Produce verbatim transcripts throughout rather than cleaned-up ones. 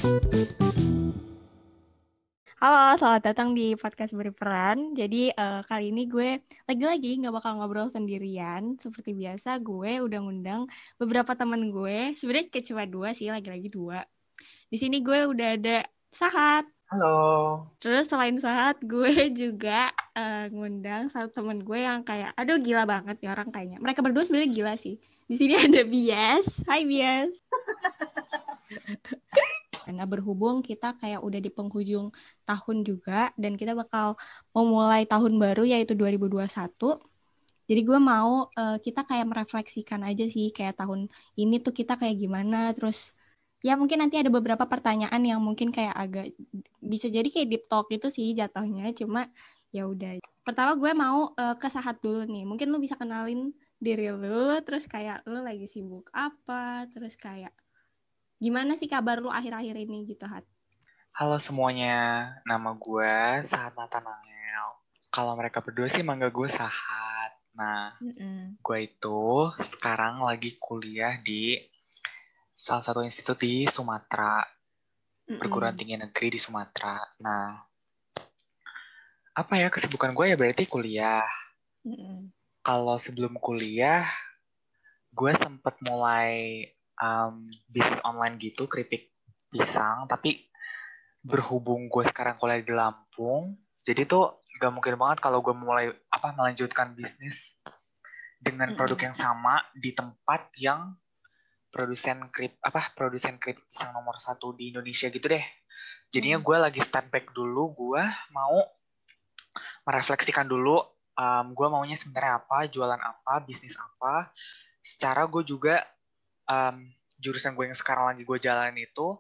Halo, selamat datang di podcast Berperan. Jadi uh, kali ini gue lagi-lagi nggak bakal ngobrol sendirian. Seperti biasa, gue udah ngundang beberapa teman gue. Sebenarnya kayak cuma dua sih, lagi-lagi dua. Di sini gue udah ada Sahat. Halo. Terus selain Sahat, gue juga uh, ngundang satu teman gue yang kayak, aduh gila banget nih orang kayaknya. Mereka berdua sebenarnya gila sih. Di sini ada Bias. Hai Bias. Nah, berhubung kita kayak udah di penghujung tahun juga dan kita bakal memulai tahun baru yaitu dua ribu dua puluh satu. Jadi gue mau uh, kita kayak merefleksikan aja sih kayak tahun ini tuh kita kayak gimana. Terus ya mungkin nanti ada beberapa pertanyaan yang mungkin kayak agak bisa jadi kayak deep talk itu sih jatuhnya. Cuma ya udah. Pertama gue mau uh, ke Sahat dulu nih. Mungkin lu bisa kenalin diri lu, terus kayak lu lagi sibuk apa, terus kayak gimana sih kabar lu akhir-akhir ini gitu, Hat? Halo semuanya, nama gue Sahat Nathanael. Kalau mereka berdua sih manggil gue Sahat. Nah, Mm-mm. gue itu sekarang lagi kuliah di salah satu institut di Sumatera, perguruan Mm-mm. tinggi negeri di Sumatera. Nah, apa ya kesibukan gue ya berarti kuliah. Mm-mm. Kalau sebelum kuliah, gue sempet mulai um, bisnis online gitu, keripik pisang, tapi berhubung gue sekarang kuliah di Lampung, jadi tuh gak mungkin banget kalau gue mulai apa melanjutkan bisnis dengan produk Mm-mm. yang sama di tempat yang produsen krip apa produsen keripik pisang nomor satu di Indonesia gitu deh. Jadinya Mm. gue lagi stand back dulu, gue mau merefleksikan dulu um, gue maunya sebenarnya apa, jualan apa, bisnis apa. Secara gue juga um, jurusan gue yang sekarang lagi gue jalan itu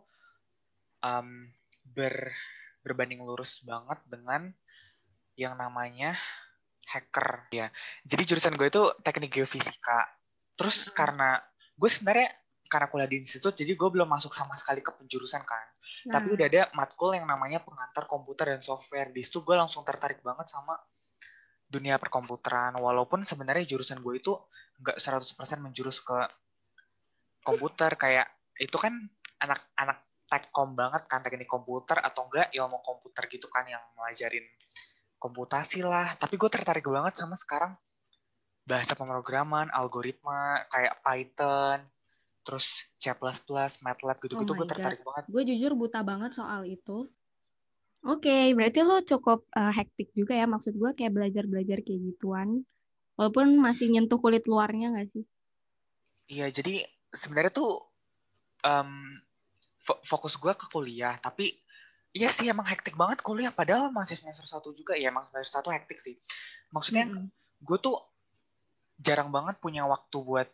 um, ber berbanding lurus banget dengan yang namanya hacker ya. Jadi jurusan gue itu teknik geofisika. Terus karena gue sebenarnya karena kuliah di institut, jadi gue belum masuk sama sekali ke penjurusan kan. Tapi Nah, udah ada matkul yang namanya pengantar komputer dan software. Di situ gue langsung tertarik banget sama dunia perkomputeran. Walaupun sebenarnya jurusan gue itu nggak seratus persen menjurus ke komputer. Kayak itu kan anak-anak tekkom banget kan, teknik komputer atau enggak ilmu komputer gitu kan yang melajarin komputasi lah. Tapi gue tertarik banget sama sekarang bahasa pemrograman, algoritma, kayak Python, terus C plus plus, MATLAB oh gitu-gitu my gue God. tertarik banget. Gue jujur buta banget soal itu. Oke, berarti lo cukup uh, hektik juga ya. Maksud gue kayak belajar-belajar kayak gituan. Walaupun masih nyentuh kulit luarnya nggak sih? Iya, jadi sebenarnya tuh um, fo- fokus gue ke kuliah, tapi iya sih emang hektik banget kuliah, padahal masih semester satu juga ya, emang semester satu hektik sih. Maksudnya Mm-mm. gue tuh jarang banget punya waktu buat,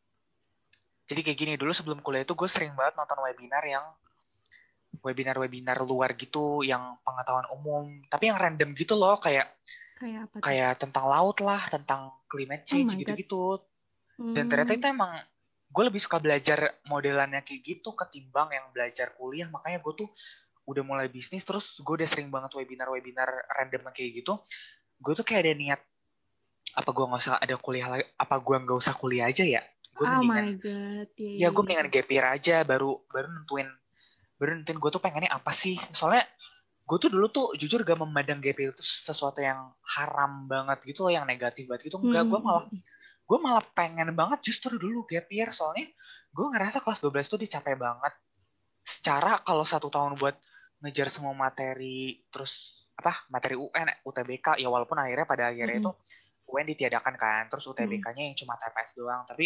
jadi kayak gini, dulu sebelum kuliah itu gue sering banget nonton webinar yang webinar-webinar luar gitu, yang pengetahuan umum, tapi yang random gitu loh, kayak Kayak apa tuh? kayak tentang laut lah, tentang climate Oh change my God. gitu-gitu. Dan ternyata Hmm. itu emang gue lebih suka belajar modelannya kayak gitu ketimbang yang belajar kuliah. Makanya gue tuh udah mulai bisnis, terus gue udah sering banget webinar-webinar random kayak gitu. Gue tuh kayak ada niat, apa gue nggak usah ada kuliah lagi, apa gue nggak usah kuliah aja ya. Gue Oh mendingan, my God. Iya, ya iya, gue iya. mendingan gap year aja, baru baru nentuin, baru nentuin gue tuh pengennya apa sih. Soalnya gue tuh dulu tuh jujur gak memandang gap year itu sesuatu yang haram banget gitu loh, yang negatif banget gitu. Enggak, gue malah Mm-mm. gue malah pengen banget justru dulu gap year. Soalnya gue ngerasa kelas dua belas tuh dicapai banget. Secara kalau satu tahun buat ngejar semua materi, terus apa materi U N, U T B K, ya walaupun akhirnya pada akhirnya itu Mm-mm. U N ditiadakan kan, terus Mm-mm. U T B K-nya yang cuma T P S doang. Tapi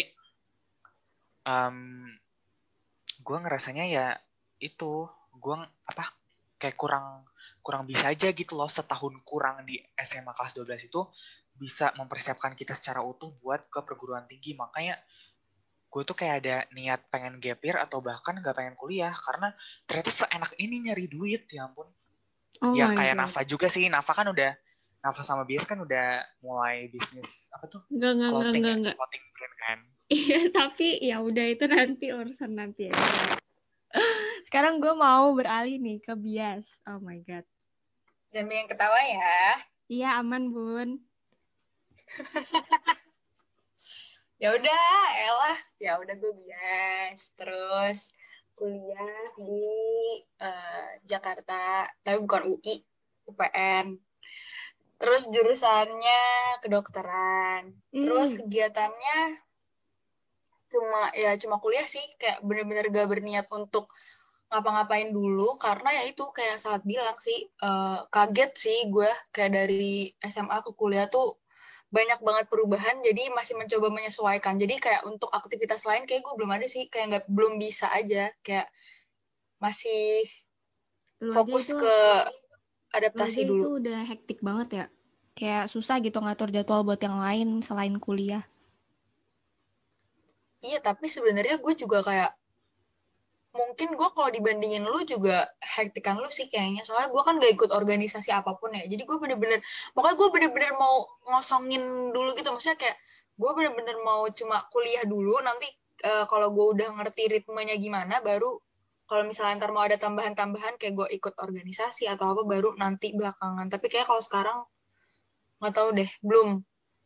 um, gue ngerasanya ya itu gue apa kayak kurang kurang bisa aja gitu loh, setahun kurang di S M A kelas dua belas itu bisa mempersiapkan kita secara utuh buat ke perguruan tinggi. Makanya gue tuh kayak ada niat pengen gap year atau bahkan gak pengen kuliah karena ternyata seenak ini nyari duit, ya ampun. Oh Ya my kayak God. Nafa juga sih, Nafa kan udah Nafa sama Bias kan udah mulai bisnis apa tuh, Enggak, enggak, enggak, clothing enggak, ya, enggak. clothing brand kan. Iya, tapi ya udah itu nanti urusan nanti aja. Sekarang gue mau beralih nih ke bias. Oh my God. Jangan yang ketawa ya. Iya, aman, Bun. Ya udah, elah. Ya udah gue bias. Terus kuliah di uh, Jakarta, tapi bukan U I, U P N. Terus jurusannya kedokteran. Hmm. Terus kegiatannya cuma ya cuma kuliah sih, kayak bener-bener gak berniat untuk ngapa-ngapain dulu, karena ya itu kayak saat bilang sih, uh, kaget sih gue kayak dari S M A ke kuliah tuh banyak banget perubahan, jadi masih mencoba menyesuaikan. Jadi kayak untuk aktivitas lain kayak gue belum ada sih, kayak nggak belum bisa aja, kayak masih Lu aja fokus itu, ke lu adaptasi aja dulu. itu udah hektik banget ya. Kayak susah gitu ngatur jadwal buat yang lain selain kuliah. Iya, tapi sebenarnya gue juga kayak mungkin gue kalau dibandingin lu juga hektikan lu sih kayaknya, soalnya gue kan gak ikut organisasi apapun ya, jadi gue bener-bener pokoknya gue bener-bener mau ngosongin dulu gitu, maksudnya kayak gue bener-bener mau cuma kuliah dulu, nanti uh, kalau gue udah ngerti ritmenya gimana, baru kalau misalnya ntar mau ada tambahan-tambahan kayak gue ikut organisasi atau apa, baru nanti belakangan. Tapi kayak kalau sekarang nggak tahu deh, belum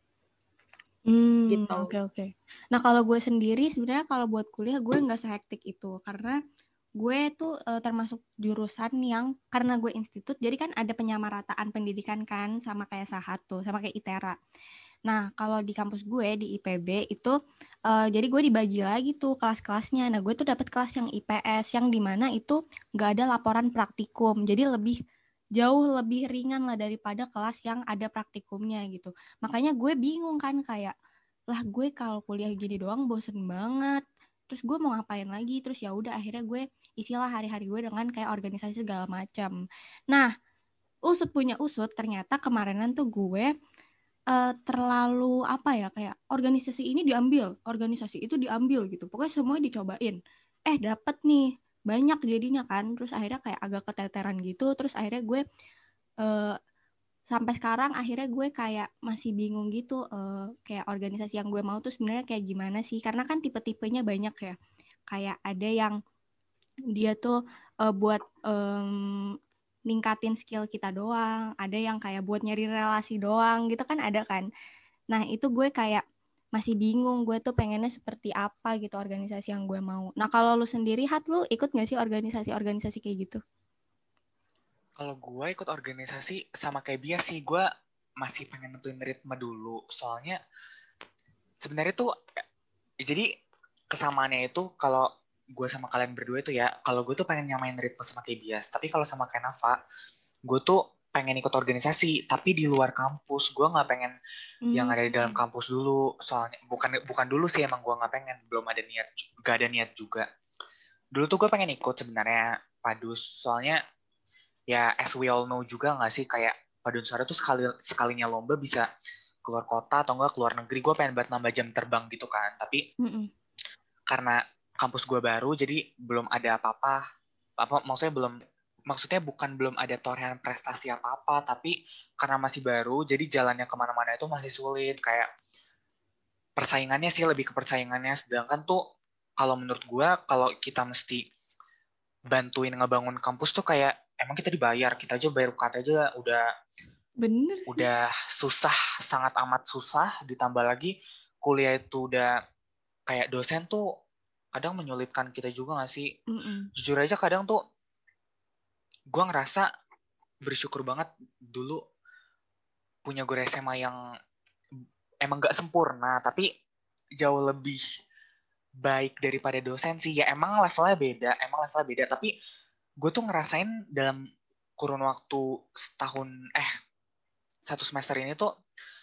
Hmm, gitu. oke oke. Nah kalau gue sendiri sebenarnya kalau buat kuliah gue nggak sehektik itu karena gue tuh uh, termasuk jurusan yang karena gue institut jadi kan ada penyamarataan pendidikan kan sama kayak Sahat tuh sama kayak ITERA. Nah kalau di kampus gue di I P B itu uh, jadi gue dibagi lagi tuh kelas-kelasnya. Nah gue tuh dapat kelas yang I P S yang dimana itu nggak ada laporan praktikum jadi lebih jauh lebih ringan lah daripada kelas yang ada praktikumnya gitu. Makanya gue bingung kan kayak, lah gue kalau kuliah gini doang bosen banget. Terus gue mau ngapain lagi? Terus ya udah akhirnya gue isilah hari-hari gue dengan kayak organisasi segala macam. Nah, usut punya usut ternyata kemarinan tuh gue uh, terlalu apa ya kayak organisasi ini diambil, organisasi itu diambil gitu. Pokoknya semua dicobain. Eh dapet nih banyak jadinya kan. Terus akhirnya kayak agak keteteran gitu. Terus akhirnya gue uh, sampai sekarang akhirnya gue kayak masih bingung gitu uh, kayak organisasi yang gue mau tuh sebenarnya kayak gimana sih karena kan tipe-tipenya banyak ya kayak ada yang dia tuh uh, buat um, ningkatin skill kita doang ada yang kayak buat nyari relasi doang gitu kan ada kan nah itu gue kayak masih bingung gue tuh pengennya seperti apa gitu organisasi yang gue mau. Nah kalau lu sendiri Hat lu ikut gak sih organisasi-organisasi kayak gitu? Kalau gue ikut organisasi sama kayak biasa sih, gue masih pengen nentuin ritme dulu. Soalnya sebenarnya tuh jadi kesamaannya itu kalau gue sama kalian berdua itu ya, kalau gue tuh pengen nyamain ritme sama kayak biasa. Tapi kalau sama kayak Nafa, gue tuh pengen ikut organisasi tapi di luar kampus. Gue nggak pengen hmm. yang ada di dalam kampus dulu. Soalnya bukan bukan dulu sih emang gue nggak pengen, belum ada niat, gak ada niat juga. Dulu tuh gue pengen ikut sebenarnya Padus. Soalnya ya as we all know juga nggak sih kayak Padunsara tuh sekali sekalinya lomba bisa keluar kota atau enggak keluar negeri. Gue pengen buat nambah jam terbang gitu kan. Tapi mm-mm. karena kampus gue baru jadi belum ada apa-apa. Apa maksudnya belum maksudnya bukan belum ada torehan prestasi apa-apa, tapi karena masih baru jadi jalannya kemana-mana itu masih sulit. Kayak persaingannya sih lebih ke persaingannya. Sedangkan tuh kalau menurut gue kalau kita mesti bantuin ngebangun kampus tuh kayak emang kita dibayar, kita aja bayar U K T aja udah bener udah susah, sangat amat susah, ditambah lagi kuliah itu udah kayak dosen tuh kadang menyulitkan kita juga gak sih? Mm-mm. Jujur aja kadang tuh gue ngerasa bersyukur banget dulu punya guru S M A yang emang gak sempurna tapi jauh lebih baik daripada dosen sih. Ya emang levelnya beda, emang levelnya beda, tapi gue tuh ngerasain dalam kurun waktu setahun eh satu semester ini tuh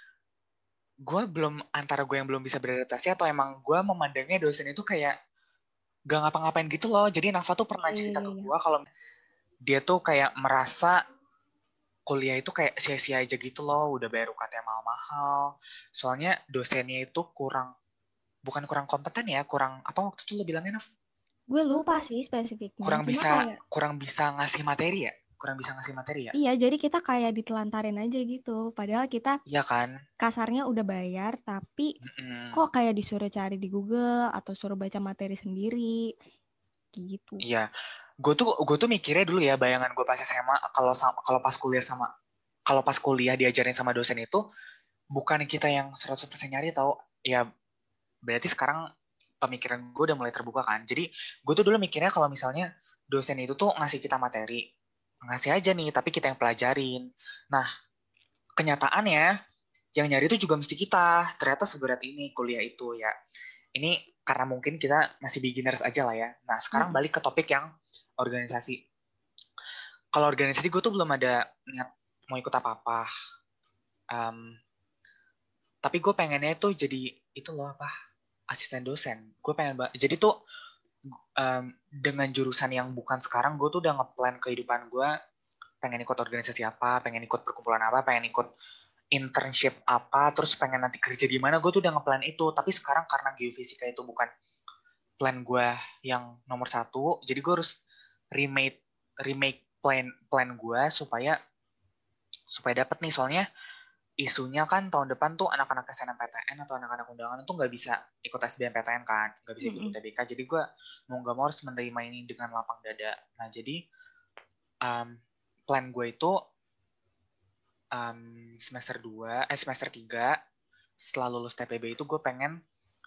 gue belum antara gue yang belum bisa beradaptasi atau emang gue memandangnya dosen itu kayak gak ngapa-ngapain gitu loh. Jadi Nafa tuh pernah cerita ke gue kalau dia tuh kayak merasa kuliah itu kayak sia-sia aja gitu loh, udah bayar U K T mahal-mahal. Soalnya dosennya itu kurang bukan kurang kompeten ya, kurang apa waktu itu lo bilangnya Naf? Gue lupa sih spesifiknya. Kurang Cuma bisa kayak... kurang bisa ngasih materi ya? Kurang bisa ngasih materi ya? Iya, jadi kita kayak ditelantarin aja gitu. Padahal kita iya kan? Kasarnya udah bayar, tapi mm-mm. kok kayak disuruh cari di Google atau suruh baca materi sendiri, gitu. Iya, gue tuh gue tuh mikirnya dulu ya, bayangan gue pas S M A kalau kalau pas kuliah sama kalau pas kuliah diajarin sama dosen itu bukan kita yang seratus persen nyari tau. Ya berarti sekarang pemikiran gue udah mulai terbuka kan. Jadi gue tuh dulu mikirnya kalau misalnya dosen itu tuh ngasih kita materi, ngasih aja nih, tapi kita yang pelajarin. Nah, kenyataannya yang nyari itu juga mesti kita. Ternyata seberat ini kuliah itu ya. Ini karena mungkin kita masih beginners aja lah ya. Nah, sekarang balik ke topik yang organisasi. Kalau organisasi gue tuh belum ada niat mau ikut apa-apa. Um, tapi gue pengennya tuh jadi itu loh apa? Asisten dosen. Gue pengen ba- jadi tuh um, dengan jurusan yang bukan sekarang, gue tuh udah ngeplan kehidupan gue. Pengen ikut organisasi apa, pengen ikut perkumpulan apa, pengen ikut internship apa, terus pengen nanti kerja di mana, gue tuh udah ngeplan itu. Tapi sekarang karena geofisika itu bukan plan gue yang nomor satu, jadi gue harus remake remake plan plan gue supaya supaya dapat nih. Soalnya isunya kan tahun depan tuh anak-anak S N M P T N atau anak-anak undangan itu nggak bisa ikut S B M P T N kan, nggak bisa ikut U T B K. Jadi gue mau nggak mau harus menerima ini dengan lapang dada. Nah jadi um, plan gue itu um, semester dua, eh semester tiga setelah lulus T P B itu gue pengen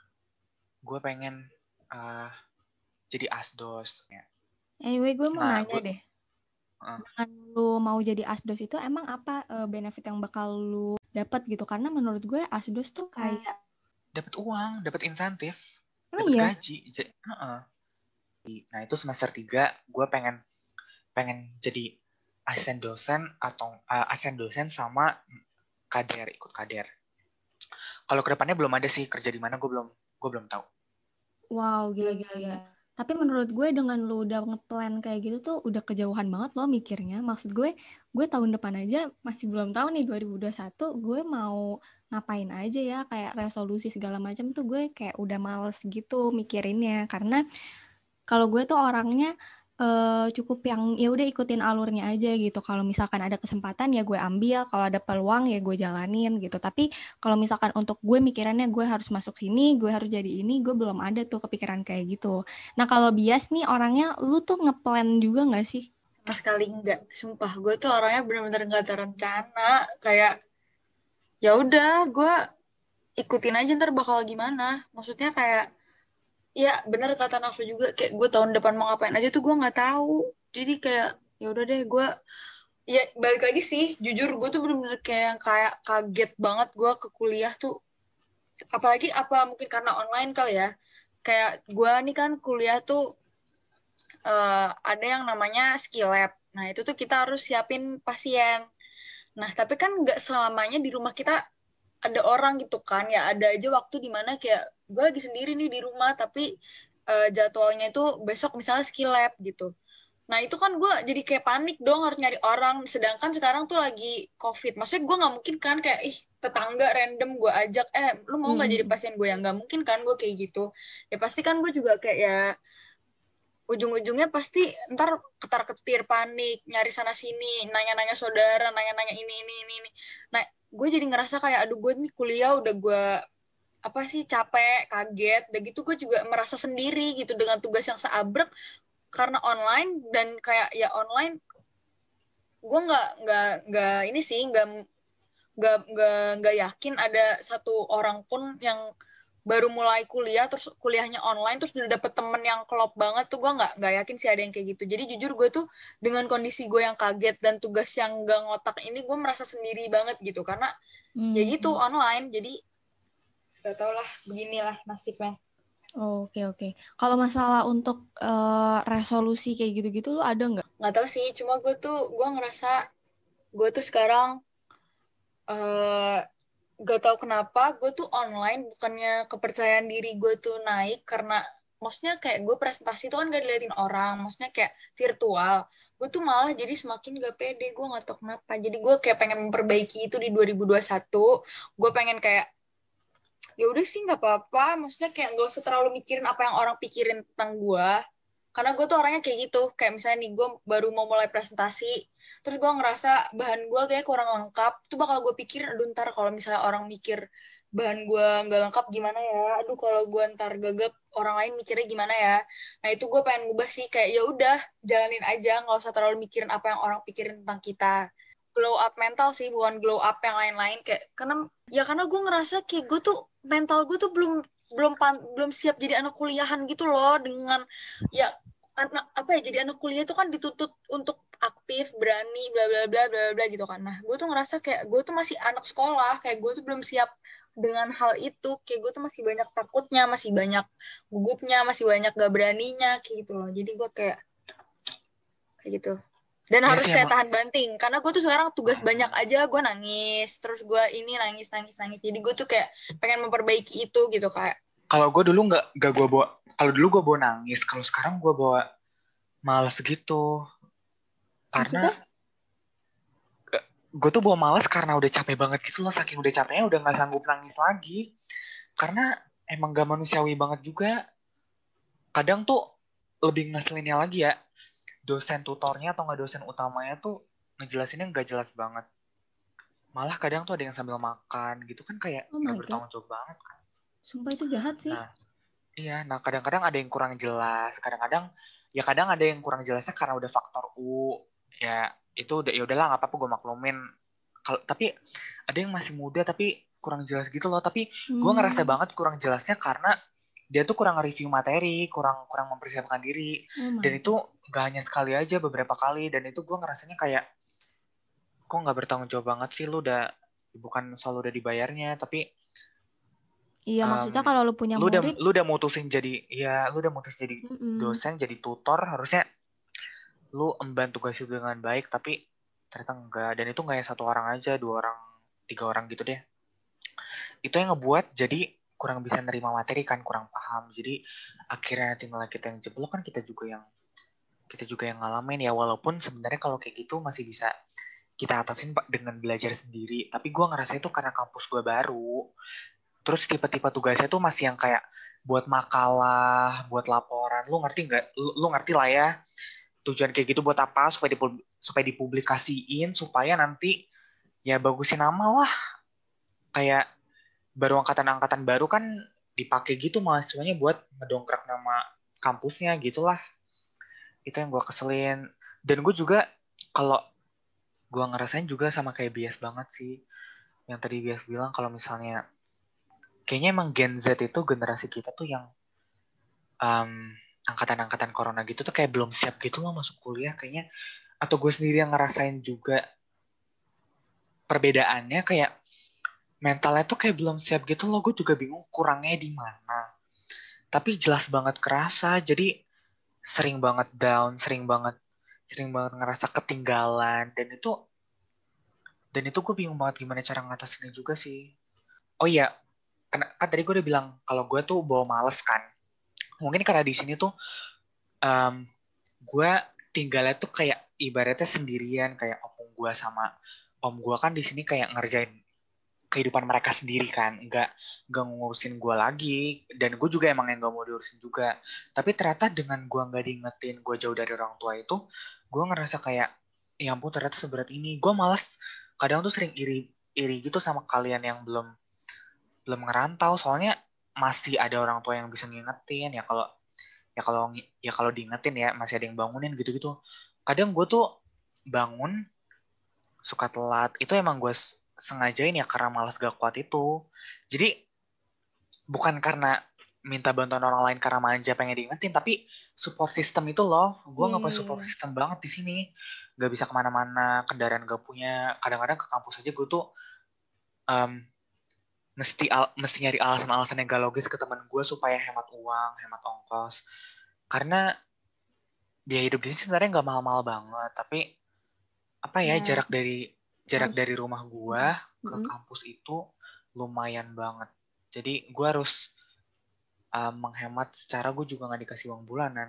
gue pengen uh, jadi asdos. Ya. Anyway, gue mau Nah, nanya gue, deh. uh, Dengan lu mau jadi asdos itu emang apa uh, benefit yang bakal lu dapat gitu? Karena menurut gue asdos tuh kayak dapat uang, dapat insentif, emang dapat iya? gaji. J- uh-uh. Nah itu semester tiga gue pengen pengen jadi asisten dosen atau uh, asisten dosen sama kader, ikut kader. Kalau kedepannya belum ada sih kerja di mana, gue belum gue belum tahu. Wow, gila-gila. Tapi menurut gue dengan lu udah ngeplan kayak gitu tuh udah kejauhan banget loh mikirnya. Maksud gue, gue tahun depan aja masih belum tahu nih dua ribu dua puluh satu gue mau ngapain aja ya. Kayak resolusi segala macam tuh gue kayak udah males gitu mikirinnya. Karena kalau gue tuh orangnya uh, cukup yang ya udah ikutin alurnya aja gitu. Kalau misalkan ada kesempatan ya gue ambil, kalau ada peluang ya gue jalanin gitu. Tapi kalau misalkan untuk gue mikirannya gue harus masuk sini, gue harus jadi ini, gue belum ada tuh kepikiran kayak gitu. Nah kalau bias nih orangnya, lu tuh ngeplan juga nggak sih? Sama sekali enggak, sumpah gue tuh orangnya bener-bener nggak ada rencana, kayak ya udah gue ikutin aja ntar bakal gimana. Maksudnya kayak ya bener kata Nafa juga, kayak gue tahun depan mau ngapain aja tuh gue nggak tahu. Jadi kayak ya udah deh gue, ya balik lagi sih, jujur gue tuh bener-bener kayak yang kayak kaget banget gue ke kuliah tuh, apalagi apa mungkin karena online kali ya. Kayak gue nih kan kuliah tuh eh, ada yang namanya skill lab. Nah itu tuh kita harus siapin pasien. Nah tapi kan nggak selamanya di rumah kita ada orang gitu kan, ya ada aja waktu dimana kayak gue lagi sendiri nih di rumah tapi uh, jadwalnya itu besok misalnya skill lab gitu. Nah itu kan gue jadi kayak panik dong harus nyari orang, sedangkan sekarang tuh lagi covid. Maksudnya gue nggak mungkin kan kayak ih tetangga random gue ajak, eh lu mau nggak jadi pasien gue, yang nggak mungkin kan gue kayak gitu. Ya pasti kan gue juga kayak ya ujung-ujungnya pasti ntar ketar-ketir panik nyari sana sini, nanya-nanya saudara, nanya-nanya ini ini ini ini. Nah gue jadi ngerasa kayak aduh gue nih kuliah udah gue apa sih capek, kaget, udah gitu gue juga merasa sendiri gitu dengan tugas yang seabrek karena online. Dan kayak ya online gue nggak nggak nggak ini sih nggak nggak nggak nggak yakin ada satu orang pun yang baru mulai kuliah terus kuliahnya online terus udah dapet temen yang klop banget tuh, gue nggak nggak yakin sih ada yang kayak gitu. Jadi jujur gue tuh dengan kondisi gue yang kaget dan tugas yang nggak ngotak ini gue merasa sendiri banget gitu karena Hmm. ya gitu online. Jadi gak tau lah, beginilah nasibnya. Oke oke. Kalau masalah untuk uh, resolusi kayak gitu-gitu lu ada nggak? Nggak tahu sih, cuma gue tuh gue ngerasa gue tuh sekarang uh, gak tau kenapa gue tuh online bukannya kepercayaan diri gue tuh naik, karena maksudnya kayak gue presentasi tuh kan gak diliatin orang, maksudnya kayak virtual, gue tuh malah jadi semakin gak pede, gue gak tau kenapa. Jadi gue kayak pengen memperbaiki itu di dua ribu dua puluh satu. Gue pengen kayak ya udah sih nggak apa-apa, maksudnya kayak gak usah terlalu mikirin apa yang orang pikirin tentang gue, karena gue tuh orangnya kayak gitu. Kayak misalnya nih gue baru mau mulai presentasi terus gue ngerasa bahan gue kayak kurang lengkap, tuh bakal gue pikirin aduh ntar kalau misalnya orang mikir bahan gue nggak lengkap gimana ya, aduh kalau gue ntar gagap orang lain mikirnya gimana ya. Nah itu gue pengen ngubah sih, kayak ya udah jalanin aja, nggak usah terlalu mikirin apa yang orang pikirin tentang kita. Glow up mental sih, bukan glow up yang lain-lain. Kayak karena ya karena gue ngerasa kayak gue tuh mental gue tuh belum belum pan, belum siap jadi anak kuliahan gitu loh, dengan ya anak apa ya jadi anak kuliah itu kan dituntut untuk aktif, berani, bla bla bla bla bla gitu kan. Nah, gue tuh ngerasa kayak gue tuh masih anak sekolah, kayak gue tuh belum siap dengan hal itu. Kayak gue tuh masih banyak takutnya, masih banyak gugupnya, masih banyak gak beraninya kayak gitu loh. Jadi gue kayak kayak gitu. Dan Iya harus sih kayak emang. tahan banting karena gue tuh sekarang tugas banyak aja, gue nangis, terus gue ini nangis nangis nangis. Jadi gue tuh kayak pengen memperbaiki itu gitu kayak. Kalau gue dulu nggak nggak gue bawa. Kalau dulu gue bawa nangis. Kalau sekarang gue bawa malas gitu. Karena Maksudnya? gue tuh bawa malas karena udah capek banget gitu loh. Saking udah capeknya udah nggak sanggup nangis lagi. Karena emang gak manusiawi banget juga. Kadang tuh lebih ngeselinnya lagi ya. Dosen tutornya atau nggak dosen utamanya tuh ngejelasinnya nggak jelas banget. Malah kadang tuh ada yang sambil makan gitu kan kayak Oh nggak my God. bertanggung jawab banget kan. Sumpah itu jahat sih. Nah, iya. Nah kadang-kadang ada yang kurang jelas. Kadang-kadang ya kadang ada yang kurang jelasnya karena udah faktor U. Ya itu udah ya udahlah nggak apa-apa gue maklumin. Kalau tapi ada yang masih muda tapi kurang jelas gitu loh. Tapi gue ngerasa Hmm. banget kurang jelasnya karena dia tuh kurang review materi, kurang kurang mempersiapkan diri. Oh my Dan itu God. gak hanya sekali aja, beberapa kali. Dan itu gue ngerasanya kayak, kok gak bertanggung jawab banget sih, lu udah, bukan soal udah dibayarnya, tapi Iya, um, maksudnya kalau lu punya lu udah murid, lu udah mutusin jadi, ya lu udah mutus jadi mm-mm. dosen, jadi tutor, harusnya lu emban tugas itu dengan baik, tapi ternyata enggak. Dan itu gak yang satu orang aja, dua orang, tiga orang gitu deh. Itu yang ngebuat jadi kurang bisa nerima materi kan, kurang paham. Jadi akhirnya nanti malah kita yang jeblok kan, kita juga yang kita juga yang ngalamin ya. Walaupun sebenarnya kalau kayak gitu masih bisa kita atasin Pak dengan belajar sendiri. Tapi gue ngerasa itu karena kampus gue baru. Terus tipe-tipe tugasnya tuh masih yang kayak buat makalah, buat laporan. Lu ngerti nggak? Lu, lu ngerti lah ya. Tujuan kayak gitu buat apa? Supaya dipub, supaya dipublikasiin, supaya nanti ya bagusin nama lah. Kayak baru angkatan-angkatan baru kan dipakai gitu mahasiswanya buat ngedongkrak nama kampusnya gitulah. Itu yang gue keselin. Dan gue juga kalau gue ngerasain juga sama kayak bias banget sih. Yang tadi bias bilang kalau misalnya kayaknya emang Gen Z itu generasi kita tuh yang um, angkatan-angkatan corona gitu tuh kayak belum siap gitu loh masuk kuliah kayaknya. Atau gue sendiri yang ngerasain juga perbedaannya kayak mentalnya tuh kayak belum siap gitu loh. Gue juga bingung kurangnya di mana. Tapi jelas banget kerasa. Jadi sering banget down, sering banget sering banget ngerasa ketinggalan. Dan itu dan itu gue bingung banget gimana cara ngatasinnya juga sih. Oh iya, kan, kan tadi gue udah bilang kalau gue tuh bawa males kan. Mungkin karena di sini tuh um, gue tinggalnya tuh kayak ibaratnya sendirian, kayak om gue sama om gue kan di sini kayak ngerjain kehidupan mereka sendiri kan, nggak nggak ngurusin gue lagi. Dan gue juga emang yang nggak mau diurusin juga. Tapi ternyata dengan gue nggak diingetin gue jauh dari orang tua itu, gue ngerasa kayak ya ampun ternyata seberat ini. Gue malas kadang tuh sering iri iri gitu sama kalian yang belum belum ngerantau, soalnya masih ada orang tua yang bisa ngingetin ya. Kalau ya kalau ya kalau diingetin ya masih ada yang bangunin gitu-gitu. Kadang gue tuh bangun suka telat, itu emang gue sengajain ya karena malas gak kuat itu. Jadi bukan karena minta bantuan orang lain karena manja pengen diingetin, tapi support system itu loh, gue nggak punya support system banget di sini. Gak bisa kemana-mana, kendaraan gak punya. Kadang-kadang ke kampus aja gue tuh um, mesti al- mesti nyari alasan-alasan yang gak logis ke teman gue supaya hemat uang, hemat ongkos. Karena biaya hidup di sini sebenarnya nggak mahal-mahal banget, tapi apa ya, Ya, jarak dari jarak harus. dari rumah gue ke Mm-mm. kampus itu lumayan banget. Jadi gue harus uh, menghemat secara gue juga nggak dikasih uang bulanan.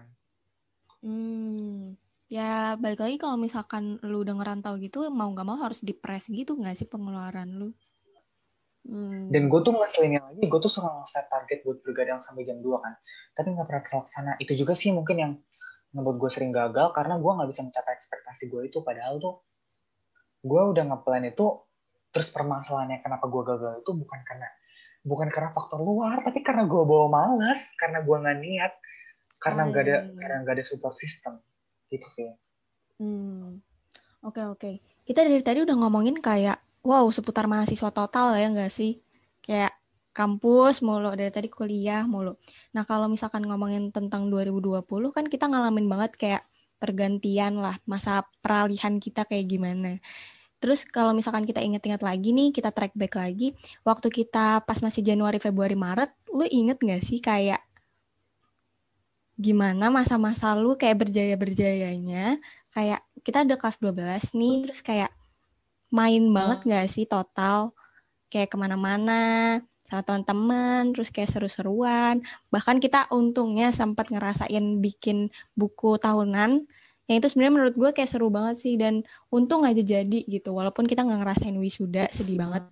Hmm. Ya, balik lagi kalau misalkan lu udah ngerantau gitu, mau nggak mau harus dipres gitu nggak sih pengeluaran lu? Hmm. Dan gue tuh ngeselinnya lagi, gue tuh suka nge-set target buat bergadang sampai jam dua kan. Tapi nggak pernah terlaksana. Itu juga sih mungkin yang ngebuat gue sering gagal, karena gue nggak bisa mencapai ekspektasi gue itu. Padahal tuh gue udah nge-plan itu, terus permasalahannya kenapa gue gagal itu bukan karena bukan karena faktor luar, tapi karena gue bawa males, karena gue nggak niat, karena Oh, nggak iya, ada iya. karena nggak ada support system gitu sih. Hmm. Oke, oke. Kita dari tadi udah ngomongin kayak, wow, seputar mahasiswa total ya nggak sih? Kayak kampus mulu, dari tadi kuliah mulu. Nah, kalau misalkan ngomongin tentang dua ribu dua puluh kan kita ngalamin banget kayak pergantian lah, masa peralihan kita kayak gimana. Terus kalau misalkan kita inget-inget lagi nih, kita track back lagi, waktu kita pas masih Januari, Februari, Maret, lu inget gak sih kayak gimana masa-masa lu kayak berjaya-berjayanya, kayak kita udah kelas dua belas nih, terus kayak main banget gak sih total, kayak kemana-mana, sama teman-teman, terus kayak seru-seruan, bahkan kita untungnya sempat ngerasain bikin buku tahunan, yang itu sebenarnya menurut gue kayak seru banget sih, dan untung aja jadi gitu, walaupun kita nggak ngerasain wisuda, sedih banget.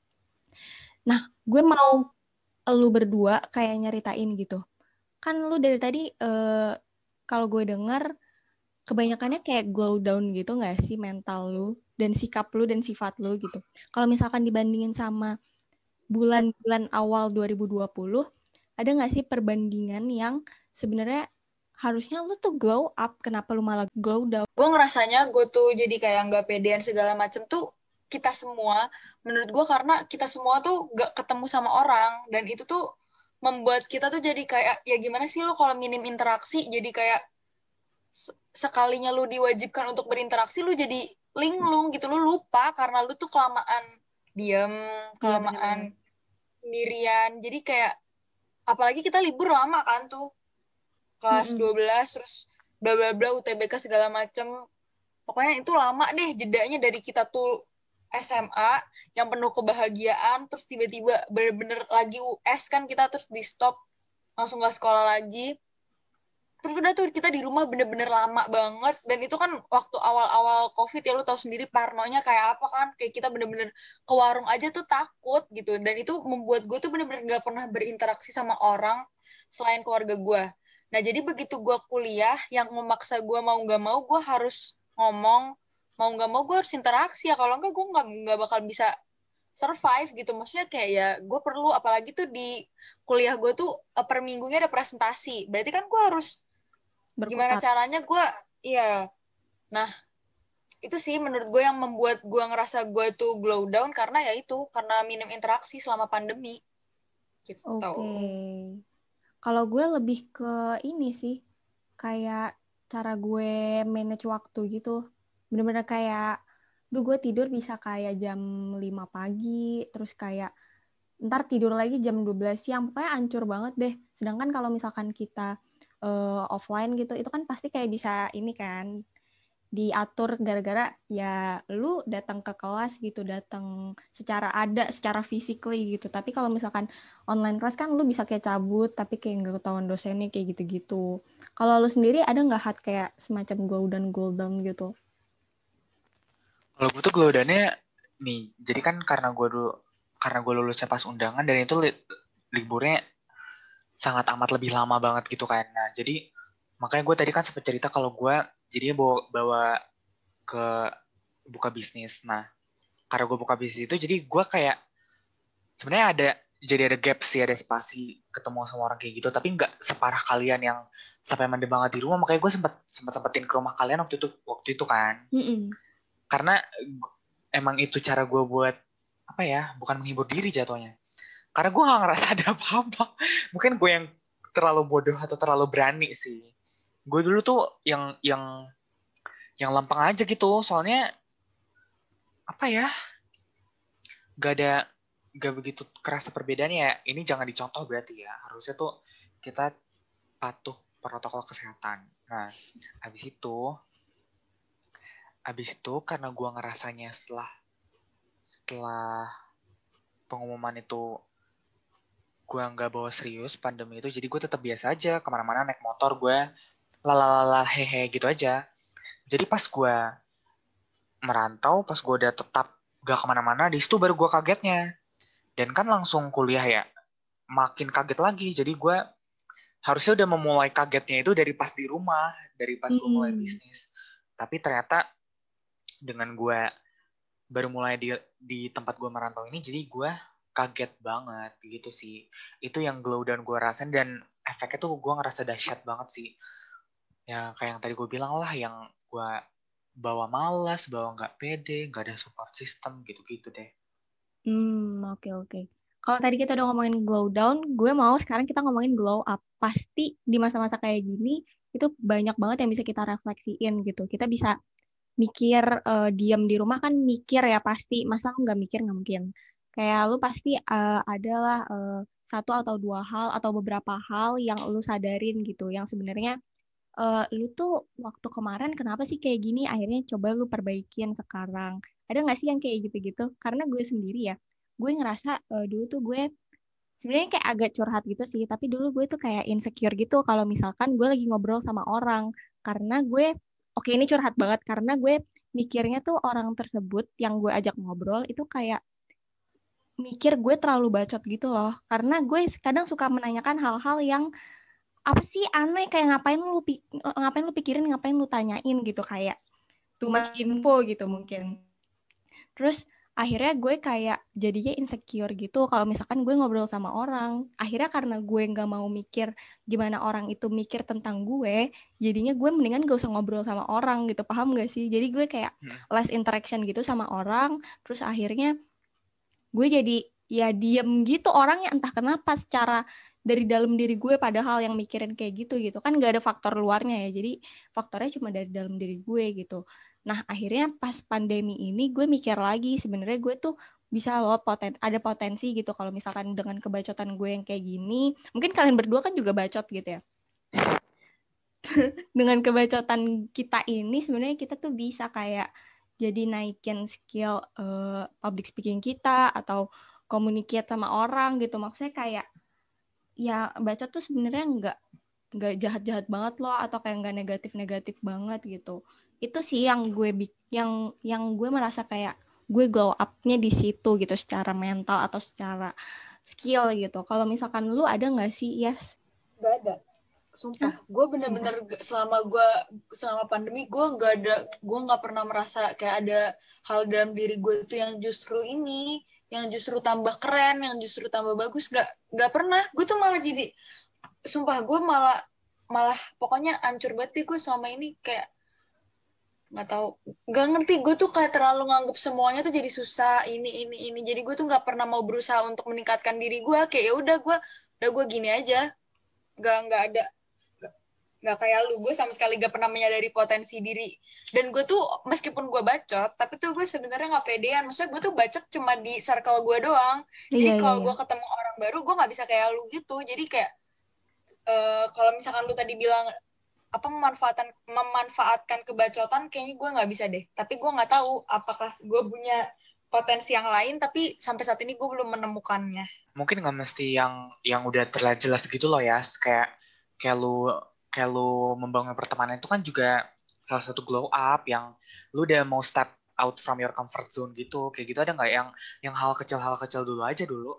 Nah, gue mau lu berdua kayak nyeritain gitu. Kan lu dari tadi, eh, kalau gue denger, kebanyakannya kayak glow down gitu nggak sih mental lu, dan sikap lu, dan sifat lu gitu. Kalau misalkan dibandingin sama bulan-bulan awal dua ribu dua puluh, ada nggak sih perbandingan yang sebenarnya harusnya lu tuh glow up, kenapa lu malah glow down? Gue ngerasanya gue tuh jadi kayak nggak pedean segala macem tuh kita semua, menurut gue karena kita semua tuh gak ketemu sama orang, dan itu tuh membuat kita tuh jadi kayak, ya gimana sih lu kalau minim interaksi, jadi kayak sekalinya lu diwajibkan untuk berinteraksi, lu jadi linglung gitu, lu lupa karena lu tuh kelamaan diem, kelamaan sendirian, jadi kayak, apalagi kita libur lama kan tuh, kelas dua belas, terus bla bla bla, U T B K segala macem, pokoknya itu lama deh jedanya dari kita tuh S M A yang penuh kebahagiaan, terus tiba-tiba bener-bener lagi U S kan kita, terus di stop, langsung gak sekolah lagi, terus udah tuh kita di rumah bener-bener lama banget, dan itu kan waktu awal-awal COVID ya, lu tahu sendiri parnonya kayak apa kan, kayak kita bener-bener ke warung aja tuh takut gitu, dan itu membuat gue tuh bener-bener gak pernah berinteraksi sama orang selain keluarga gue. Nah jadi begitu gue kuliah, yang memaksa gue mau gak mau gue harus ngomong, mau nggak mau gue harus interaksi ya, kalau enggak gue nggak nggak bakal bisa survive gitu, maksudnya kayak ya gue perlu, apalagi tuh di kuliah gue tuh per minggunya ada presentasi, berarti kan gue harus gimana Berkutat. caranya gue, iya, nah itu sih menurut gue yang membuat gue ngerasa gue tuh glow down, karena ya itu karena minim interaksi selama pandemi gitu. Oke. Kalau gue lebih ke ini sih, kayak cara gue manage waktu gitu. Bener-bener kayak, duh gue tidur bisa kayak jam lima pagi, terus kayak ntar tidur lagi jam dua belas siang, pokoknya hancur banget deh. Sedangkan kalau misalkan kita uh, offline gitu, itu kan pasti kayak bisa ini kan, diatur gara-gara ya lu datang ke kelas gitu, datang secara ada, secara physically gitu. Tapi kalau misalkan online kelas kan lu bisa kayak cabut, tapi kayak nggak ketahuan dosennya kayak gitu-gitu. Kalau lu sendiri ada nggak hat kayak semacam glow down glow down gitu? Kalau gue tuh glow down-nya nih, jadi kan karena gue dulu karena gue lulusnya pas undangan, dan itu li, liburnya sangat amat lebih lama banget gitu kan. Nah, jadi makanya gue tadi kan sempat cerita kalau gue jadinya bawa, bawa ke buka bisnis. Nah, karena gue buka bisnis itu, jadi gue kayak sebenarnya ada jadi ada gap sih, ada spasi ketemu sama orang kayak gitu, tapi nggak separah kalian yang sampai mendem banget di rumah. Makanya gue sempat sempat sempetin ke rumah kalian waktu itu waktu itu kan. Mm-mm. Karena emang itu cara gue buat apa ya, bukan menghibur diri jatuhnya. Karena gue gak ngerasa ada apa-apa. Mungkin gue yang terlalu bodoh atau terlalu berani sih. Gue dulu tuh yang yang yang lempeng aja gitu. Soalnya apa ya, gak ada gak begitu kerasa perbedaannya ya. Ini jangan dicontoh berarti ya. Harusnya tuh kita patuh protokol kesehatan. Nah, habis itu habis itu karena gue ngerasanya setelah setelah pengumuman itu gue nggak bawa serius pandemi itu, jadi gue tetap biasa aja kemana-mana naik motor, gue lalalala hehe gitu aja. Jadi pas gue merantau, pas gue udah tetap gak kemana-mana, di situ baru gue kagetnya. Dan kan langsung kuliah ya, makin kaget lagi. Jadi gue harusnya udah memulai kagetnya itu dari pas di rumah, dari pas gue mulai bisnis. Tapi ternyata dengan gue baru mulai di di tempat gue merantau ini, jadi gue kaget banget gitu sih. Itu yang glow down gue rasain, dan efeknya tuh gue ngerasa dahsyat banget sih. Ya kayak yang tadi gue bilang lah, yang gue bawa malas, bawa nggak pede, nggak ada support system gitu-gitu deh. Hmm, oke oke. Kalau tadi kita udah ngomongin glow down, gue mau sekarang kita ngomongin glow up. Pasti di masa-masa kayak gini itu banyak banget yang bisa kita refleksiin gitu. Kita bisa mikir, uh, diam di rumah kan mikir ya pasti. Masa lu nggak mikir, nggak mungkin. Kayak lu pasti uh, adalah uh, satu atau dua hal atau beberapa hal yang lu sadarin gitu. Yang sebenarnya uh, lu tuh waktu kemarin kenapa sih kayak gini? Akhirnya coba lu perbaikin sekarang. Ada nggak sih yang kayak gitu-gitu? Karena gue sendiri ya, gue ngerasa uh, dulu tuh gue sebenarnya kayak agak curhat gitu sih, tapi dulu gue tuh kayak insecure gitu kalau misalkan gue lagi ngobrol sama orang. Karena gue, oke ini curhat banget, karena gue mikirnya tuh orang tersebut yang gue ajak ngobrol itu kayak mikir gue terlalu bacot gitu loh. Karena gue kadang suka menanyakan hal-hal yang apa sih aneh, kayak ngapain lu pi- ngapain lu pikirin, ngapain lu tanyain gitu, kayak too much info gitu mungkin. Terus akhirnya gue kayak jadinya insecure gitu kalau misalkan gue ngobrol sama orang. Akhirnya karena gue nggak mau mikir gimana orang itu mikir tentang gue, jadinya gue mendingan gak usah ngobrol sama orang gitu, paham gak sih? Jadi gue kayak less interaction gitu sama orang. Terus akhirnya gue jadi ya diem gitu orangnya, entah kenapa secara dari dalam diri gue, padahal yang mikirin kayak gitu gitu kan gak ada faktor luarnya ya, jadi faktornya cuma dari dalam diri gue gitu. Nah akhirnya pas pandemi ini gue mikir lagi, sebenarnya gue tuh bisa loh poten ada potensi gitu kalau misalkan dengan kebacotan gue yang kayak gini, mungkin kalian berdua kan juga bacot gitu ya, dengan kebacotan kita ini sebenarnya kita tuh bisa kayak jadi naikin skill uh, public speaking kita atau communicate sama orang gitu. Maksudnya kayak ya bacot tuh sebenarnya nggak nggak jahat-jahat banget loh, atau kayak nggak negatif-negatif banget gitu. Itu sih yang gue yang yang gue merasa kayak gue glow up-nya di situ gitu, secara mental atau secara skill gitu. Kalau misalkan lu ada nggak sih, Yes? Gak ada. Sumpah, gue bener-bener selama gue selama pandemi gue nggak ada, gue nggak pernah merasa kayak ada hal dalam diri gue itu yang justru ini, yang justru tambah keren, yang justru tambah bagus. Gak nggak pernah. Gue tuh malah jadi, sumpah gue malah malah pokoknya hancur banget deh gue selama ini, kayak nggak tahu, nggak ngerti, gue tuh kayak terlalu nganggep semuanya tuh jadi susah, ini ini ini jadi gue tuh nggak pernah mau berusaha untuk meningkatkan diri gue, kayak ya udah gue udah gue gini aja, nggak nggak ada, nggak kayak lu, gue sama sekali gak pernah menyadari potensi diri. Dan gue tuh meskipun gue bacot, tapi tuh gue sebenarnya nggak pedean. Maksudnya gue tuh bacot cuma di circle gue doang. Iya, Jadi iya, kalau iya. gue ketemu orang baru, gue nggak bisa kayak lu gitu. Jadi kayak uh, kalau misalkan lu tadi bilang apa memanfaatkan memanfaatkan kebacotan, kayaknya gue nggak bisa deh. Tapi gue nggak tahu apakah gue punya potensi yang lain, tapi sampai saat ini gue belum menemukannya. Mungkin nggak mesti yang yang udah terlihat jelas gitu loh ya, kayak kayak lu kayak lu membangun pertemanan itu kan juga salah satu glow up, yang lu udah mau step out from your comfort zone gitu. Kayak gitu ada nggak yang yang hal kecil hal kecil dulu aja dulu?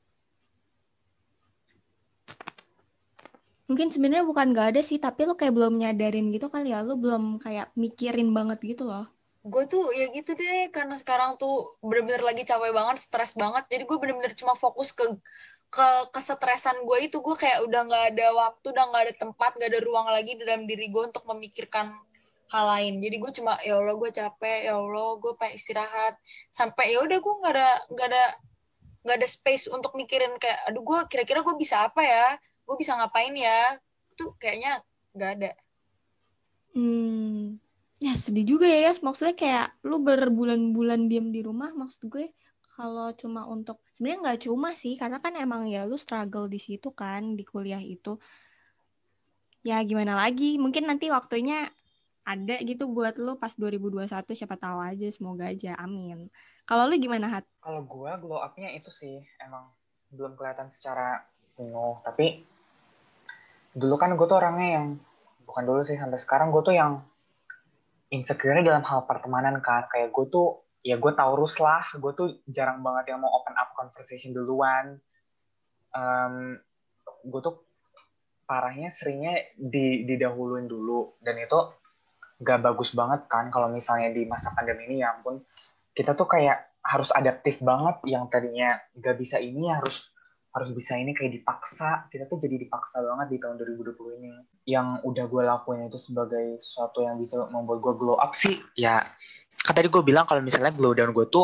Mungkin sebenarnya bukan gak ada sih, tapi lo kayak belum nyadarin gitu kali ya, lo belum kayak mikirin banget gitu loh. Gue tuh ya gitu deh, karena sekarang tuh bener-bener lagi capek banget, stres banget, jadi gue bener-bener cuma fokus ke ke kesetresan gue itu. Gue kayak udah nggak ada waktu, udah nggak ada tempat, nggak ada ruang lagi dalam diri gue untuk memikirkan hal lain. Jadi gue cuma ya Allah gue capek, ya Allah gue pengen istirahat, sampai ya udah gue nggak ada nggak ada nggak ada space untuk mikirin kayak aduh gue kira-kira gue bisa apa ya, gue bisa ngapain ya, tuh kayaknya nggak ada. Hmm, ya sedih juga ya, Yas. Maksudnya kayak lu berbulan-bulan diam di rumah, maksud gue kalau cuma untuk, sebenarnya nggak cuma sih, karena kan emang ya lu struggle di situ kan, di kuliah itu. Ya gimana lagi, mungkin nanti waktunya ada gitu buat lu pas dua ribu dua puluh satu, siapa tahu aja, semoga aja, amin. Kalau lu gimana, Hat? Kalau gue glow up-nya itu sih emang belum kelihatan secara penuh, tapi dulu kan gue tuh orangnya yang, bukan dulu sih, sampai sekarang gue tuh yang insecure dalam hal pertemanan kan. Kayak gue tuh, ya gue Taurus lah, gue tuh jarang banget yang mau open up conversation duluan. Um, gue tuh parahnya seringnya di, didahuluin dulu, dan itu gak bagus banget kan kalau misalnya di masa pandemi ini. Ya ampun, kita tuh kayak harus adaptif banget, yang tadinya gak bisa ini harus harus bisa ini, kayak dipaksa. Kita tuh jadi dipaksa banget di tahun dua ribu dua puluh ini. Yang udah gue lakuin itu sebagai sesuatu yang bisa membuat gue glow up sih, ya kan tadi gue bilang kalau misalnya glow down gue tuh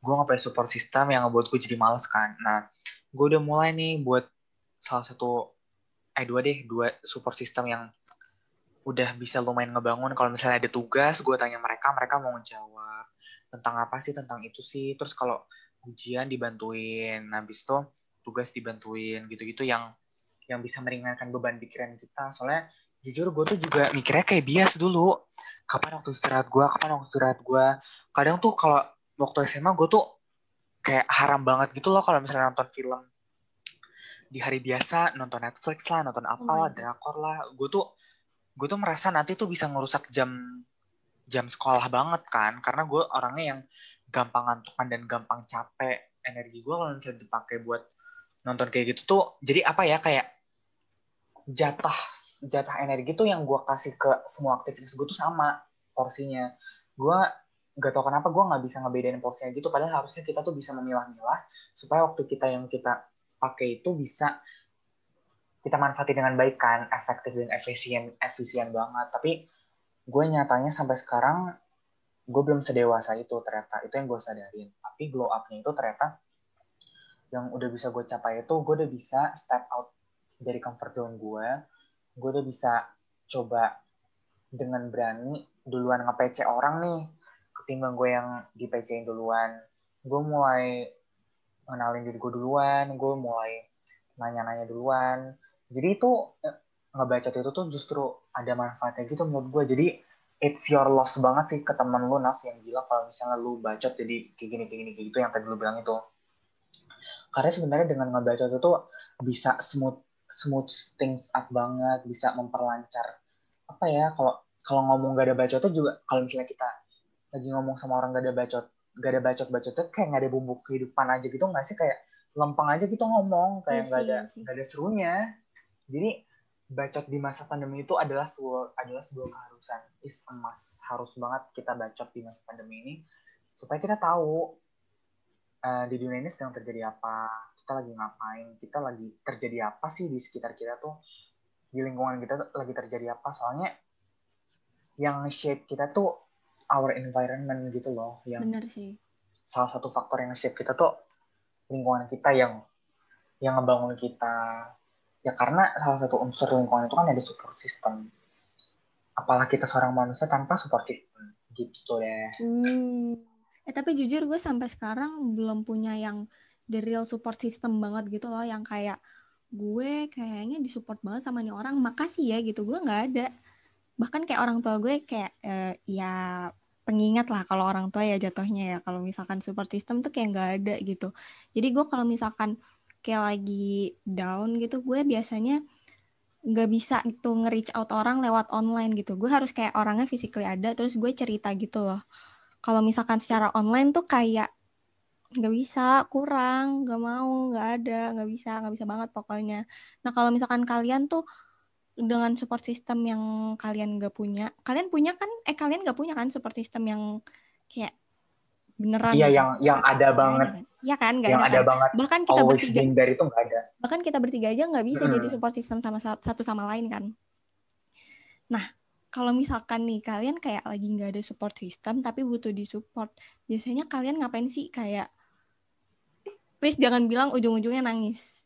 gue nggak punya support system yang ngebuat gue jadi males kan. Nah, gue udah mulai nih buat salah satu, eh dua deh, dua support system yang udah bisa lumayan ngebangun. Kalau misalnya ada tugas, gue tanya mereka, mereka mau ngejawab tentang apa sih, tentang itu sih. Terus kalau ujian dibantuin, habis itu tugas dibantuin, gitu-gitu yang yang bisa meringankan beban pikiran kita. Soalnya jujur gue tuh juga mikirnya kayak bias dulu. Kapan waktu istirahat gue, kapan waktu istirahat gue. Kadang tuh kalau waktu S M A gue tuh kayak haram banget gitu loh kalau misalnya nonton film di hari biasa, nonton Netflix lah, nonton Oh apa my lah, God. drakor lah. Gue tuh gue tuh merasa nanti tuh bisa ngerusak jam jam sekolah banget kan, karena gue orangnya yang gampang ngantukan dan gampang capek. Energi gue kalau misalnya dipakai buat nonton kayak gitu tuh jadi apa ya, kayak jatah jatah energi tuh yang gue kasih ke semua aktivitas gue tuh sama porsinya. Gue nggak tahu kenapa gue nggak bisa ngebedain porsinya gitu, padahal harusnya kita tuh bisa memilah-milah supaya waktu kita yang kita pakai itu bisa kita manfaati dengan baik kan, efektif dan efisien efisien banget. Tapi gue nyatanya sampai sekarang gue belum sedewasa itu ternyata. Itu yang gue sadarin. Tapi glow up-nya itu ternyata yang udah bisa gue capai itu, gue udah bisa step out dari comfort zone gue. Gue udah bisa coba dengan berani duluan nge-P C orang nih ketimbang gue yang di P C-in duluan. Gue mulai kenalin diri gue duluan, gue mulai nanya-nanya duluan. Jadi itu ngebacot itu tuh justru ada manfaatnya gitu menurut gue. Jadi it's your loss banget sih ke teman lu, Naf, yang bilang kalau misalnya lu bacot jadi kayak gini kayak gini kayak gitu yang tadi lu bilang itu. Karena sebenarnya dengan ngebacot itu bisa smooth smooth things up banget, bisa memperlancar apa ya, kalau kalau ngomong gak ada bacotnya juga, kalau misalnya kita lagi ngomong sama orang gak ada bacot gak ada bacot bacotnya kayak gak ada bumbu kehidupan aja gitu nggak sih, kayak lempeng aja gitu ngomong, Iya kayak nggak sih, ada iya sih. nggak ada serunya. Jadi bacot di masa pandemi itu adalah sebuah adalah sebuah keharusan, is a must, harus banget kita bacot di masa pandemi ini supaya kita tahu uh, di dunia ini sedang terjadi apa, kita lagi ngapain, kita lagi terjadi apa sih di sekitar kita tuh, di lingkungan kita lagi terjadi apa. Soalnya yang shape kita tuh our environment gitu loh, yang Bener sih. salah satu faktor yang shape kita tuh lingkungan kita yang yang ngebangun kita. Ya karena salah satu unsur lingkungan itu kan ada support system. Apalah kita seorang manusia tanpa support system gitu deh. Hmm. Eh tapi jujur gue sampai sekarang belum punya yang the real support system banget gitu loh, yang kayak gue kayaknya disupport banget sama nih orang, makasih ya gitu. Gue nggak ada. Bahkan kayak orang tua gue kayak eh, ya pengingat lah kalau orang tua ya jatuhnya ya. Kalau misalkan support system tuh kayak nggak ada gitu. Jadi gue kalau misalkan kayak lagi down gitu, gue biasanya nggak bisa itu nge-reach out orang lewat online gitu. Gue harus kayak orangnya physically ada, terus gue cerita gitu loh. Kalau misalkan secara online tuh kayak nggak bisa, kurang, nggak mau, nggak ada, nggak bisa, nggak bisa banget pokoknya. Nah kalau misalkan kalian tuh dengan support system yang kalian nggak punya, kalian punya kan? Eh kalian nggak punya kan support system yang kayak beneran Iya, gitu? yang yang ada Nggak ada banget, kan? Iya kan, nggak yang ada ada kan? banget Bahkan kita always bertiga, being there itu nggak ada. bahkan kita bertiga aja nggak bisa jadi Mm-mm. support system sama satu sama lain kan? Nah, kalau misalkan nih kalian kayak lagi nggak ada support system tapi butuh disupport, biasanya kalian ngapain sih? Kayak, please jangan bilang ujung-ujungnya nangis.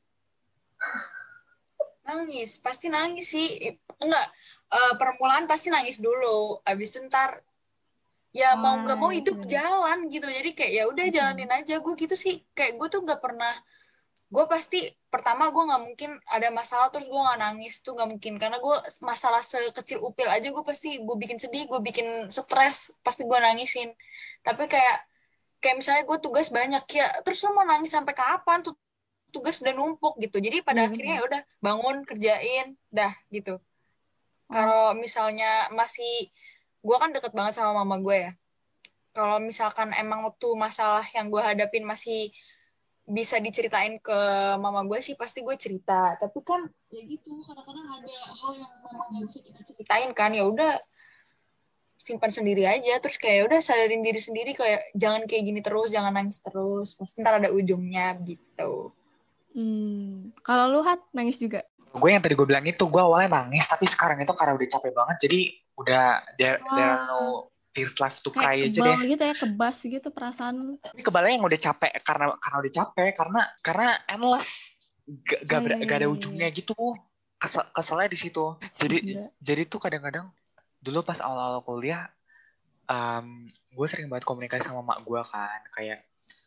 Nangis, pasti nangis sih. Enggak, uh, permulaan pasti nangis dulu. Abis itu ntar ya mau nggak Ah, mau ya hidup bener. jalan gitu. Jadi kayak ya udah Mm-mm. jalanin aja. Gue gitu sih. Kayak gue tuh nggak pernah. Gue pasti pertama gue nggak mungkin ada masalah terus gue nggak nangis tuh nggak mungkin. Karena gue masalah sekecil upil aja gue pasti gue bikin sedih, gue bikin stres, pasti gue nangisin. Tapi kayak kayak misalnya gue tugas banyak ya, terus lo mau nangis sampai kapan tuh, tugas udah numpuk gitu. Jadi Iya pada akhirnya bener. ya udah bangun kerjain dah gitu. Oh, Kalau misalnya masih, gue kan deket banget sama mama gue ya. Kalau misalkan emang waktu masalah yang gue hadapin masih bisa diceritain ke mama gue sih pasti gue cerita. Tapi kan ya gitu, kadang-kadang ada hal yang memang gak bisa kita ceritain kan. Ya udah simpan sendiri aja. Terus kayak udah sadarin diri sendiri kayak jangan kayak gini terus, jangan nangis terus. Pasti ntar ada ujungnya gitu. hmm. Kalau lu Hat nangis juga? Gue yang tadi gue bilang itu, gue awalnya nangis tapi sekarang itu karena udah capek banget jadi udah there, there are Wah, no tears left to Kayak cry aja kebal deh. gitu ya, kebas gitu perasaan lu. Ini kebalnya yang udah capek karena karena udah capek karena karena endless, gak, gak, Oh, iya, gak ada iya, iya. ujungnya gitu. Kesel, keselnya di situ. Jadi Gila. jadi tuh kadang-kadang dulu pas awal-awal kuliah, um, gue sering banget komunikasi sama mak gue kan, kayak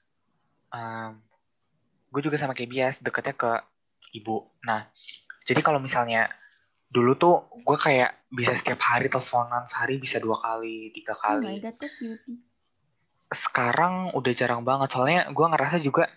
um, gue juga sama kayak bias deketnya ke ibu. Nah, jadi kalau misalnya dulu tuh gue kayak bisa setiap hari teleponan, sehari bisa dua kali, tiga Oh my kali. god, tuh cutie. Sekarang udah jarang banget, soalnya gue ngerasa juga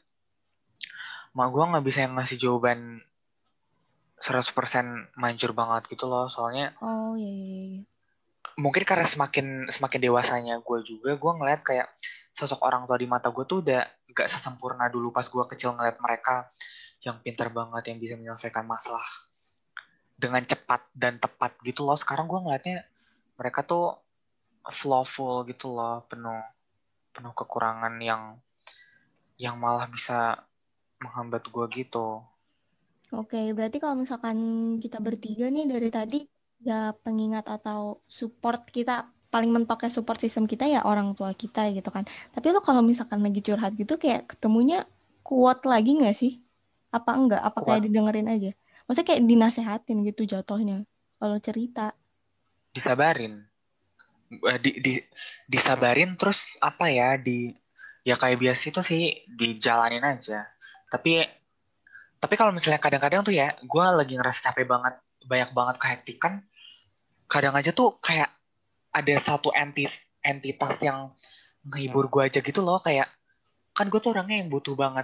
mak gue nggak bisa yang ngasih jawaban seratus persen manjur banget gitu loh. Soalnya Oh iya, iya, iya. mungkin karena semakin semakin dewasanya gue juga, gue ngeliat kayak sosok orang tua di mata gue tuh udah gak sesempurna dulu pas gue kecil ngeliat mereka yang pintar banget, yang bisa menyelesaikan masalah dengan cepat dan tepat gitu loh. Sekarang gue ngeliatnya mereka tuh flawful gitu loh, penuh penuh kekurangan yang yang malah bisa menghambat gue gitu. Oke, berarti kalau misalkan kita bertiga nih dari tadi, ya pengingat atau support kita, paling mentoknya support sistem kita ya orang tua kita gitu kan. Tapi lo kalau misalkan lagi curhat gitu kayak ketemunya kuat lagi nggak sih? Apa enggak? Apa kayak Kuat, didengerin aja? Maksudnya kayak dinasehatin gitu jatuhnya kalau cerita. disabarin. Eh, di, di disabarin terus apa ya, di ya kayak biasa itu sih, dijalanin aja. Tapi tapi kalau misalnya kadang-kadang tuh ya gue lagi ngerasa capek banget, banyak banget kehektikan, kadang aja tuh kayak ada satu entis entitas yang menghibur gue aja gitu loh. Kayak kan gue tuh orangnya yang butuh banget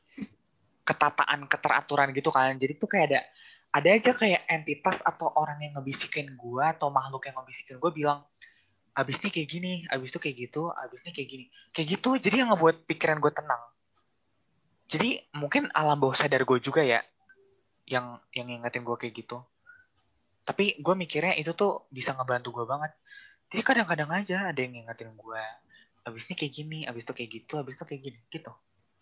ketataan, keteraturan gitu kan. Jadi tuh kayak ada ada aja kayak entitas atau orang yang ngebisikin gue, atau makhluk yang ngebisikin gue bilang, abis ini kayak gini, abis itu kayak gitu, abis ini kayak gini, kayak gitu. Jadi yang ngebuat pikiran gue tenang. Jadi mungkin alam bawah sadar gue juga ya yang yang ngingetin gue kayak gitu. Tapi gue mikirnya itu tuh bisa ngebantu gue banget. Jadi kadang-kadang aja ada yang ngingetin gue, abis ini kayak gini, abis itu kayak gitu, abis itu kayak gini gitu.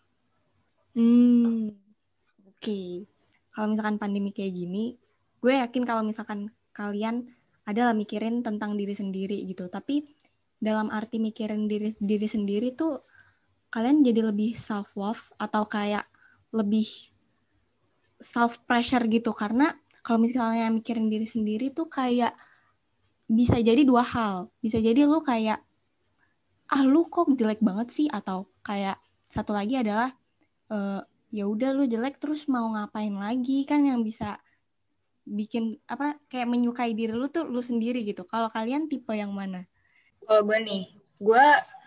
Hmm, oke. Kalau misalkan pandemi kayak gini, gue yakin kalau misalkan kalian adalah mikirin tentang diri sendiri gitu. Tapi dalam arti mikirin diri diri sendiri tuh kalian jadi lebih self love atau kayak lebih self pressure gitu, karena kalau misalnya mikirin diri sendiri tuh kayak bisa jadi dua hal. Bisa jadi lu kayak ah lu kok jelek banget sih, atau kayak satu lagi adalah eh, ya udah lu jelek terus mau ngapain lagi, kan yang bisa bikin apa kayak menyukai diri lu tuh lu sendiri gitu. Kalau kalian tipe yang mana? Kalau gue nih, gue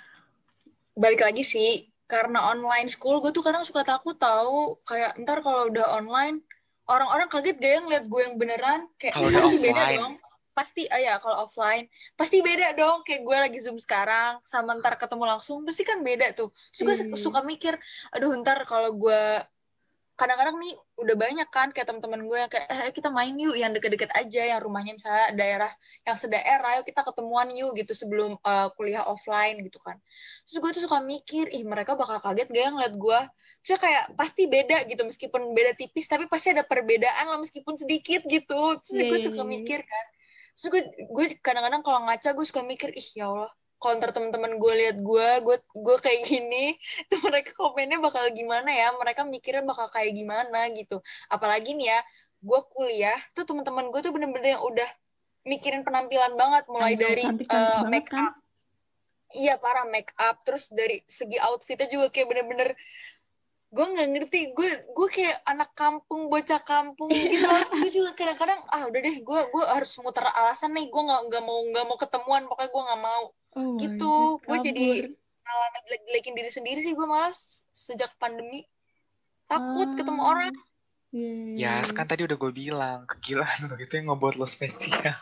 balik lagi sih, karena online school gue tuh kadang suka takut tahu kayak ntar kalau udah online orang-orang kaget gak yang lihat gue yang beneran, kayak Kalau udah pasti beda offline, dong. Pasti ah ya kalau offline pasti beda dong, kayak gue lagi zoom sekarang sama ntar ketemu langsung pasti kan beda tuh. Terus gue Iya. suka mikir, aduh ntar kalau gue kadang-kadang nih udah banyak kan kayak teman-teman gue yang kayak eh kita main yuk yang deket-deket aja, yang rumahnya misalnya daerah yang sedaerah, yuk kita ketemuan yuk gitu sebelum uh, kuliah offline gitu kan. Terus gue tuh suka mikir, ih mereka bakal kaget gak yang ngeliat gue. Terus kayak pasti beda gitu, meskipun beda tipis tapi pasti ada perbedaan lah meskipun sedikit gitu. Terus Iya, gue iya, suka iya. mikir kan, terus gue gue kadang-kadang kalau ngaca gue suka mikir, ih ya Allah kalau ntar teman-teman gue lihat gue gue gue kayak gini tuh mereka komennya bakal gimana ya, mereka mikirnya bakal kayak gimana gitu. Apalagi nih ya, gue kuliah tuh teman-teman gue tuh bener-bener yang udah mikirin penampilan banget, mulai Ayo, dari cantik-cantik uh, banget make kan? up. Iya parah, make up, terus dari segi outfitnya juga kayak bener-bener gue nggak ngerti, gue gue kayak anak kampung, bocah kampung gitu loh. Terus gue juga kadang-kadang ah udah deh, gue gue harus muter alasan nih, gue nggak nggak mau nggak mau ketemuan, pokoknya gue nggak mau Oh my gitu. god, Gue jadi kabur. malah ngejelek-jelekin diri sendiri sih, gue malas sejak pandemi takut ketemu Ah, orang. iya, ya iya, iya. kan tadi udah gue bilang, kegilaan lo itu yang ngebuat lo spesial.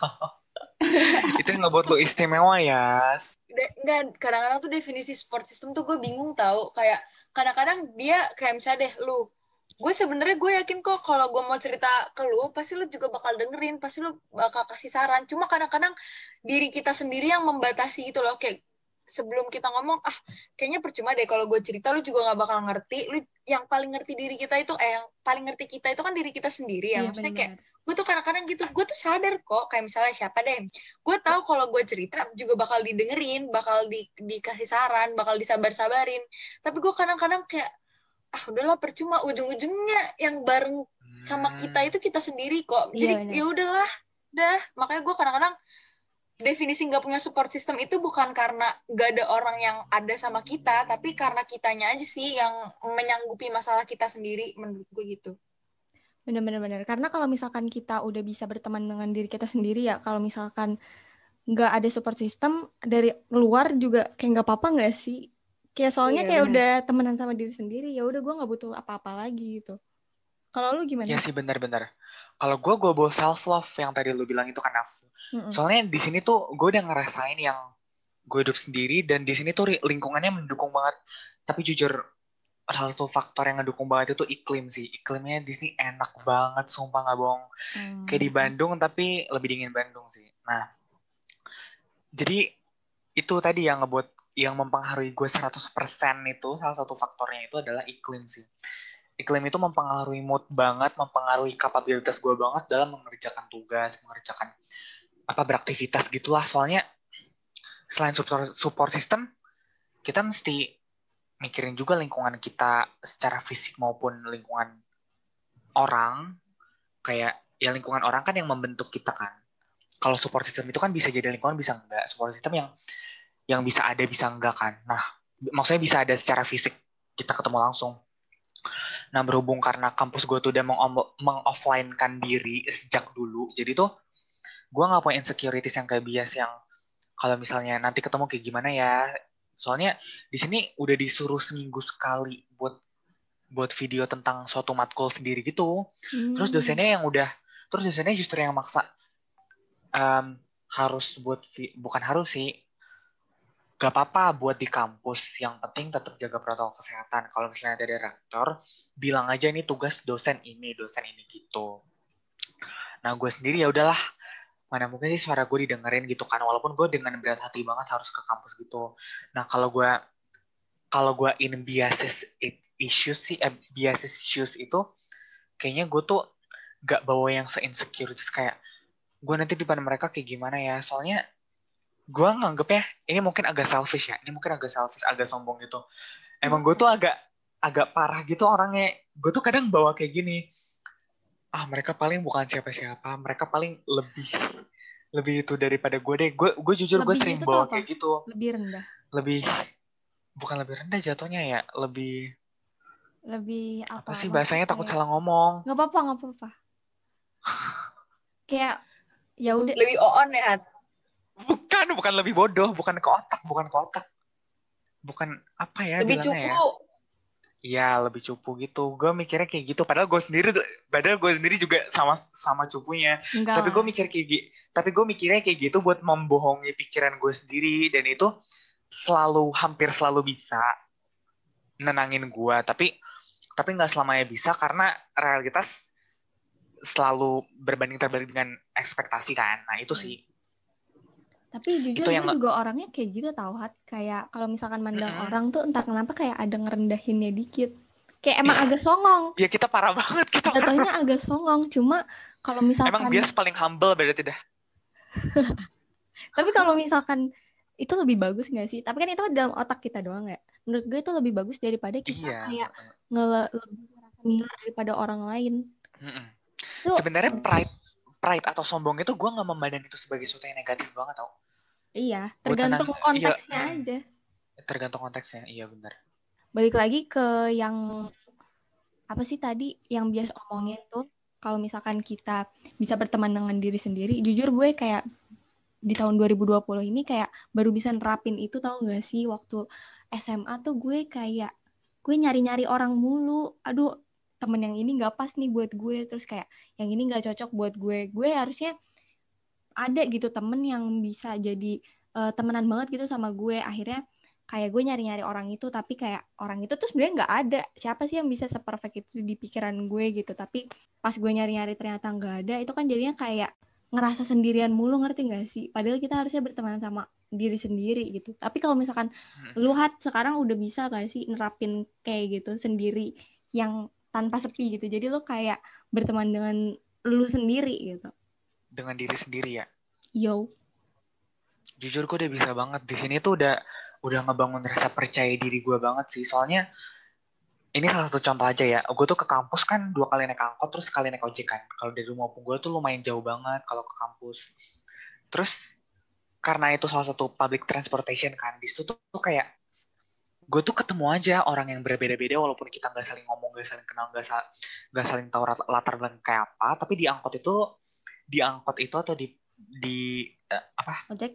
Itu yang ngebuat lo istimewa ya. De- enggak, kadang-kadang tuh definisi support system tuh gue bingung tahu, kayak kadang-kadang dia kayak misalnya deh lu, gue sebenarnya gue yakin kok kalau gue mau cerita ke lu pasti lu juga bakal dengerin, pasti lu bakal kasih saran. Cuma kadang-kadang diri kita sendiri yang membatasi gitu loh, kayak sebelum kita ngomong, ah kayaknya percuma deh kalau gue cerita, lu juga gak bakal ngerti. Lu yang paling ngerti diri kita itu, eh yang paling ngerti kita itu kan diri kita sendiri ya. Iya, Maksudnya bener-bener. kayak, gue tuh kadang-kadang gitu, gue tuh sadar kok, kayak misalnya siapa deh, gue tahu kalau gue cerita juga bakal didengerin, bakal di, dikasih saran, bakal disabar-sabarin. Tapi gue kadang-kadang kayak, ah udahlah percuma, ujung-ujungnya yang bareng sama kita itu kita sendiri kok. Jadi Iya, ya udahlah, dah. Makanya gue kadang-kadang definisi nggak punya support system itu bukan karena nggak ada orang yang ada sama kita, tapi karena kitanya aja sih yang menyanggupi masalah kita sendiri, menurut gue gitu. Bener-bener. Karena kalau misalkan kita udah bisa berteman dengan diri kita sendiri ya, kalau misalkan nggak ada support system dari luar juga kayak nggak apa-apa nggak sih? Kayak soalnya Iya, kayak bener. udah temenan sama diri sendiri, ya udah gue nggak butuh apa-apa lagi gitu. Kalau lu gimana? Iya sih benar-benar. Kalau gue gue bawa self love yang tadi lu bilang itu kan Af. Mm-mm. Soalnya di sini tuh gue udah ngerasain yang gue hidup sendiri dan di sini tuh lingkungannya mendukung banget. Tapi jujur salah satu faktor yang ngedukung banget itu iklim sih. Iklimnya di sini enak banget, sumpah nggak bohong. Hmm. Kayak di Bandung tapi lebih dingin Bandung sih. Nah, jadi itu tadi yang ngebuat yang mempengaruhi gue seratus persen itu salah satu faktornya itu adalah iklim sih. Iklim itu mempengaruhi mood banget, mempengaruhi kapabilitas gue banget dalam mengerjakan tugas, mengerjakan apa beraktivitas gitulah. Soalnya selain support, support system, kita mesti mikirin juga lingkungan kita secara fisik maupun lingkungan orang. Kayak ya lingkungan orang kan yang membentuk kita kan. Kalau support system itu kan bisa jadi lingkungan, bisa enggak. Support system yang yang bisa ada, bisa enggak kan. Nah, maksudnya bisa ada secara fisik, kita ketemu langsung. Nah, berhubung karena kampus gue tuh udah meng-offline-kan diri sejak dulu, jadi tuh gue gak punya insecurities yang kayak bias yang kalau misalnya nanti ketemu kayak gimana ya. Soalnya di sini udah disuruh seminggu sekali buat buat video tentang suatu matkul sendiri gitu. Hmm. Terus dosennya yang udah, terus dosennya justru yang maksa um, harus buat, bukan harus sih, gak apa-apa buat di kampus, yang penting tetap jaga protokol kesehatan. Kalau misalnya ada rektor, bilang aja ini tugas dosen ini, dosen ini gitu. Nah, gue sendiri ya udahlah, mana mungkin sih suara gue didengerin gitu kan, walaupun gue dengan berat hati banget harus ke kampus gitu. Nah, kalau gue kalau gue in biases issues sih, eh, biases issues itu, kayaknya gue tuh gak bawa yang se-insecure kayak gue nanti di depan mereka kayak gimana ya. Soalnya gue nganggepnya ini mungkin agak selfish ya, ini mungkin agak selfish, agak sombong gitu. Emang gue tuh agak agak parah gitu orangnya. Gue tuh kadang bawa kayak gini, ah mereka paling bukan siapa-siapa, mereka paling lebih lebih itu daripada gue deh. Gue gue jujur gue sering bawa kayak gitu. Lebih rendah. Lebih bukan lebih rendah jatuhnya ya, lebih lebih apa, apa sih bahasanya, takut salah ngomong. Nggak apa-apa, nggak apa-apa. Kayak ya udah. Lebih on ya. Bukan, bukan lebih bodoh, bukan ke otak, bukan ke otak. Bukan apa ya lebih bilangnya cupu. ya. Iya, lebih cupu gitu. Gue mikirnya kayak gitu. Padahal gue sendiri, padahal gue sendiri juga sama sama cupunya. Enggak. Tapi gue mikir kayak gitu. Tapi gue mikirnya kayak gitu buat membohongi pikiran gue sendiri. Dan itu selalu, hampir selalu bisa nenangin gue. Tapi tapi nggak selamanya bisa karena realitas selalu berbanding terbalik dengan ekspektasi kan. Nah itu sih. Tapi jujur gue yang... juga orangnya kayak gitu tau, Hat. Kayak kalau misalkan mandang mm-hmm. orang tuh entah kenapa kayak ada ngerendahinnya dikit. Kayak emang agak songong. Ya kita parah banget. Kita jatuhnya agak songong. Cuma kalau misalkan... Emang bias paling humble berarti dah. Tapi kalau misalkan itu lebih bagus gak sih? Tapi kan itu dalam otak kita doang ya. Menurut gue itu lebih bagus daripada kita iya. kayak nge- lebih merasa nilai daripada orang lain. Mm-hmm. Tuh, sebenarnya pride pride atau sombong itu gue nggak memandang itu sebagai sesuatu yang negatif banget tau. Iya, tergantung tenang, konteksnya iya, aja. Tergantung konteksnya, iya benar. Balik lagi ke yang apa sih tadi yang biasa omongin tuh, kalau misalkan kita bisa berteman dengan diri sendiri, jujur gue kayak di tahun dua ribu dua puluh ini kayak baru bisa nerapin itu, tau gak sih? Waktu S M A tuh gue kayak gue nyari-nyari orang mulu, aduh temen yang ini gak pas nih buat gue, terus kayak yang ini gak cocok buat gue. Gue harusnya ada gitu temen yang bisa jadi uh, temenan banget gitu sama gue. Akhirnya kayak gue nyari-nyari orang itu, tapi kayak orang itu tuh sebenarnya gak ada. Siapa sih yang bisa seperfect itu di pikiran gue gitu. Tapi pas gue nyari-nyari ternyata gak ada, itu kan jadinya kayak ngerasa sendirian mulu, ngerti gak sih? Padahal kita harusnya berteman sama diri sendiri gitu. Tapi kalau misalkan Hmm. lu Hat sekarang udah bisa gak sih nerapin kayak gitu sendiri yang tanpa sepi gitu. Jadi lu kayak berteman dengan lu sendiri gitu. Dengan diri sendiri ya. Yo. Jujur gue udah bisa banget di sini tuh udah udah ngebangun rasa percaya diri gue banget sih. Soalnya ini salah satu contoh aja ya. Gue tuh ke kampus kan dua kali naik angkot terus sekali naik ojek kan. Kalau dari rumah gue tuh lumayan jauh banget kalau ke kampus. Terus karena itu salah satu public transportation kan, di situ tuh, tuh kayak gue tuh ketemu aja orang yang berbeda-beda walaupun kita nggak saling ngomong, nggak saling kenal, nggak sa- nggak saling tahu lat- latar belakang kayak apa. Tapi di angkot itu, di angkot itu atau di di eh, apa? Ojek.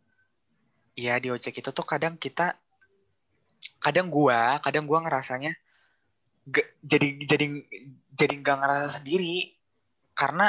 Ya di ojek itu tuh kadang kita, kadang gue, kadang gue ngerasanya ge- jadi jadi jadi nggak ngerasa sendiri karena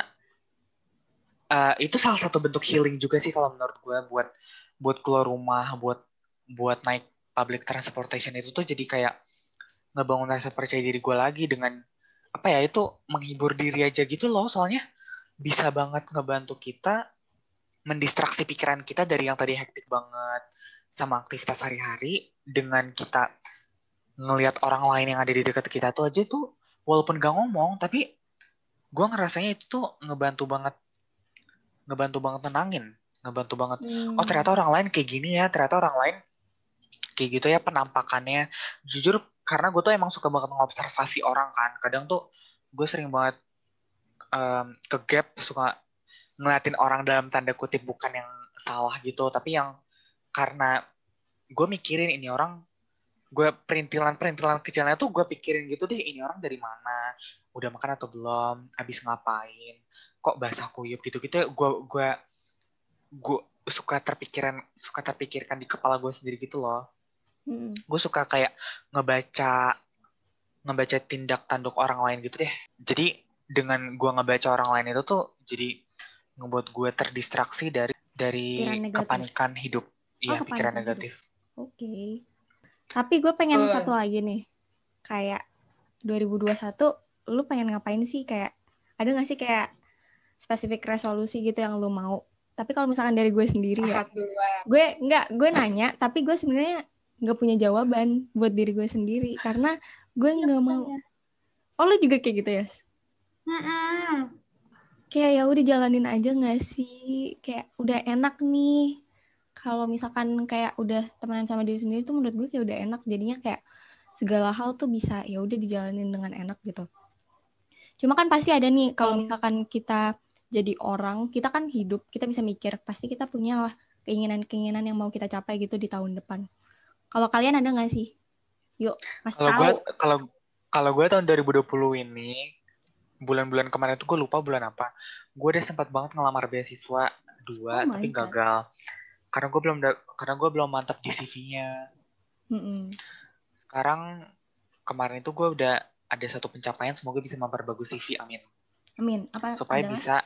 eh, itu salah satu bentuk healing juga sih kalau menurut gue buat buat keluar rumah, buat buat naik public transportation itu tuh jadi kayak ngebangun rasa percaya diri gue lagi dengan apa ya itu menghibur diri aja gitu loh, soalnya bisa banget ngebantu kita mendistraksi pikiran kita dari yang tadi hektik banget sama aktivitas sehari-hari dengan kita ngelihat orang lain yang ada di dekat kita tuh aja tuh walaupun gak ngomong tapi gue ngerasanya itu tuh ngebantu banget ngebantu banget tenangin, ngebantu banget. Hmm. Oh ternyata orang lain kayak gini ya, ternyata orang lain kayak gitu ya penampakannya. Jujur karena gue tuh emang suka banget mengobservasi orang kan. Kadang tuh gue sering banget um, ke gap suka ngeliatin orang dalam tanda kutip bukan yang salah gitu, tapi yang karena gue mikirin ini orang, gue perintilan-perintilan kecilnya tuh gue pikirin gitu deh, ini orang dari mana, udah makan atau belum, habis ngapain, kok basah kuyup gitu-gitu. Gue gue gue suka terpikiran suka terpikirkan di kepala gue sendiri gitu loh. Hmm. Gue suka kayak ngebaca ngebaca tindak tanduk orang lain gitu deh. Jadi dengan gue ngebaca orang lain itu tuh jadi ngebuat gue terdistraksi dari dari Pikiran negatif. kepanikan hidup. Iya, Oh, pikiran kepanikan negatif. Oke. Okay. Tapi gue pengen Uh. satu lagi nih. Kayak dua ribu dua puluh satu lu pengen ngapain sih? Kayak ada gak sih kayak spesifik resolusi gitu yang lu mau? Tapi kalau misalkan dari gue sendiri Sahat ya, duluan. gue nggak, gue nanya, tapi gue sebenarnya nggak punya jawaban buat diri gue sendiri karena gue nggak mau. Oh lu juga kayak gitu ya? Mm-mm. Kayak ya udah jalanin aja nggak sih? Kayak udah enak nih. Kalau misalkan kayak udah temenan sama diri sendiri tuh menurut gue kayak udah enak. Jadinya kayak segala hal tuh bisa ya udah dijalanin dengan enak gitu. Cuma kan pasti ada nih kalau misalkan kita jadi orang, kita kan hidup, kita bisa mikir, pasti kita punya lah keinginan-keinginan yang mau kita capai gitu di tahun depan. Kalau kalian ada nggak sih? Yuk, Mas Kalau gue tahu. kalau kalau gue tahun dua ribu dua puluh ini bulan-bulan kemarin tuh gue lupa bulan apa. Gue udah sempat banget ngelamar beasiswa dua Oh tapi my God. gagal. Karena gue belum karena gue belum mantap di C V-nya. Mm-mm. Sekarang kemarin itu gue udah ada satu pencapaian, semoga bisa memperbagus C V, amin. Amin. Apa Supaya adalah? bisa.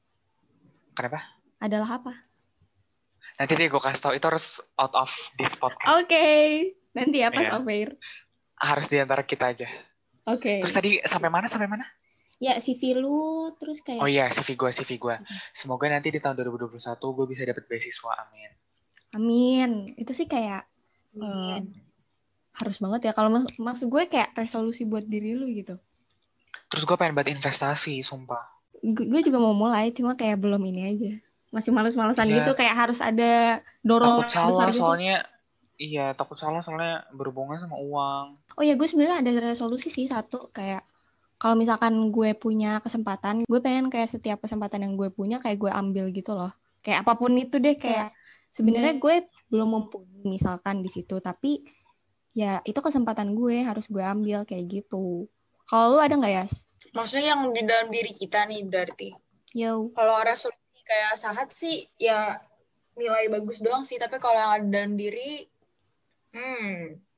Kenapa? Adalah apa? Nanti deh gue kasih tau, itu harus out of this podcast. Oke, okay. Nanti ya pas yeah. off air. Harus diantara kita aja. Oke. Okay. Terus tadi sampai mana sampai mana? Ya C V lu terus kayak. Oh iya C V gue C V gue. Semoga nanti di tahun dua ribu dua puluh satu gue bisa dapat beasiswa, amin. Amin. Itu sih kayak uh, harus banget ya. Kalau mas maksud gue kayak resolusi buat diri lu gitu. Terus gue pengen buat investasi, sumpah. Gu- gue juga mau mulai, cuma kayak belum ini aja. Masih males-malesan Iya. gitu, kayak harus ada dorongan Takut salah besar gitu. soalnya, iya takut salah soalnya berhubungan sama uang. Oh ya, gue sebenarnya ada resolusi sih satu, kayak kalau misalkan gue punya kesempatan, gue pengen kayak setiap kesempatan yang gue punya kayak gue ambil gitu loh. Kayak apapun itu deh, kayak sebenarnya gue belum mumpuni misalkan di situ, tapi ya itu kesempatan gue harus gue ambil kayak gitu. Kalau lu ada nggak ya? Maksudnya yang di dalam diri kita nih berarti. Yo. Kalau resolusi kayak Sahat sih ya nilai bagus doang sih, tapi kalau yang ada dalam diri, hmm,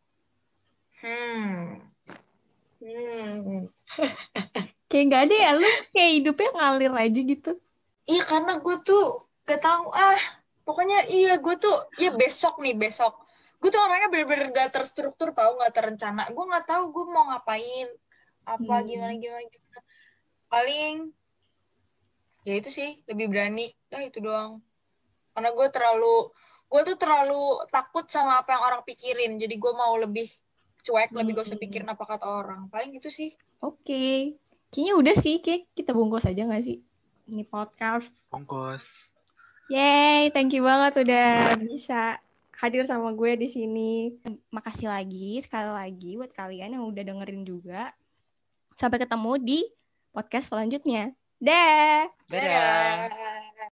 hmm, hmm. Kayak nggak ada ya, lu kayak hidupnya ngalir aja gitu. Iya karena gue tuh gak tahu ah, pokoknya iya gue tuh ya besok nih besok. Gue tuh orangnya bener-bener gak terstruktur tau, gak terencana. Gue gak tahu gue mau ngapain, apa Hmm. gimana gimana gimana. Paling ya itu sih lebih berani, dah itu doang. Karena gue terlalu, gue tuh terlalu takut sama apa yang orang pikirin. Jadi gue mau lebih cuek, Hmm. lebih gak usah pikirin apa kata orang. Paling gitu sih. Oke. Okay. Kayaknya udah sih, kayak kita bungkus aja gak sih? Ini podcast. Bungkus. Yeay, thank you banget udah bisa hadir sama gue di sini. Makasih lagi, sekali lagi buat kalian yang udah dengerin juga. Sampai ketemu di podcast selanjutnya. Dah. Dadah. Dadah.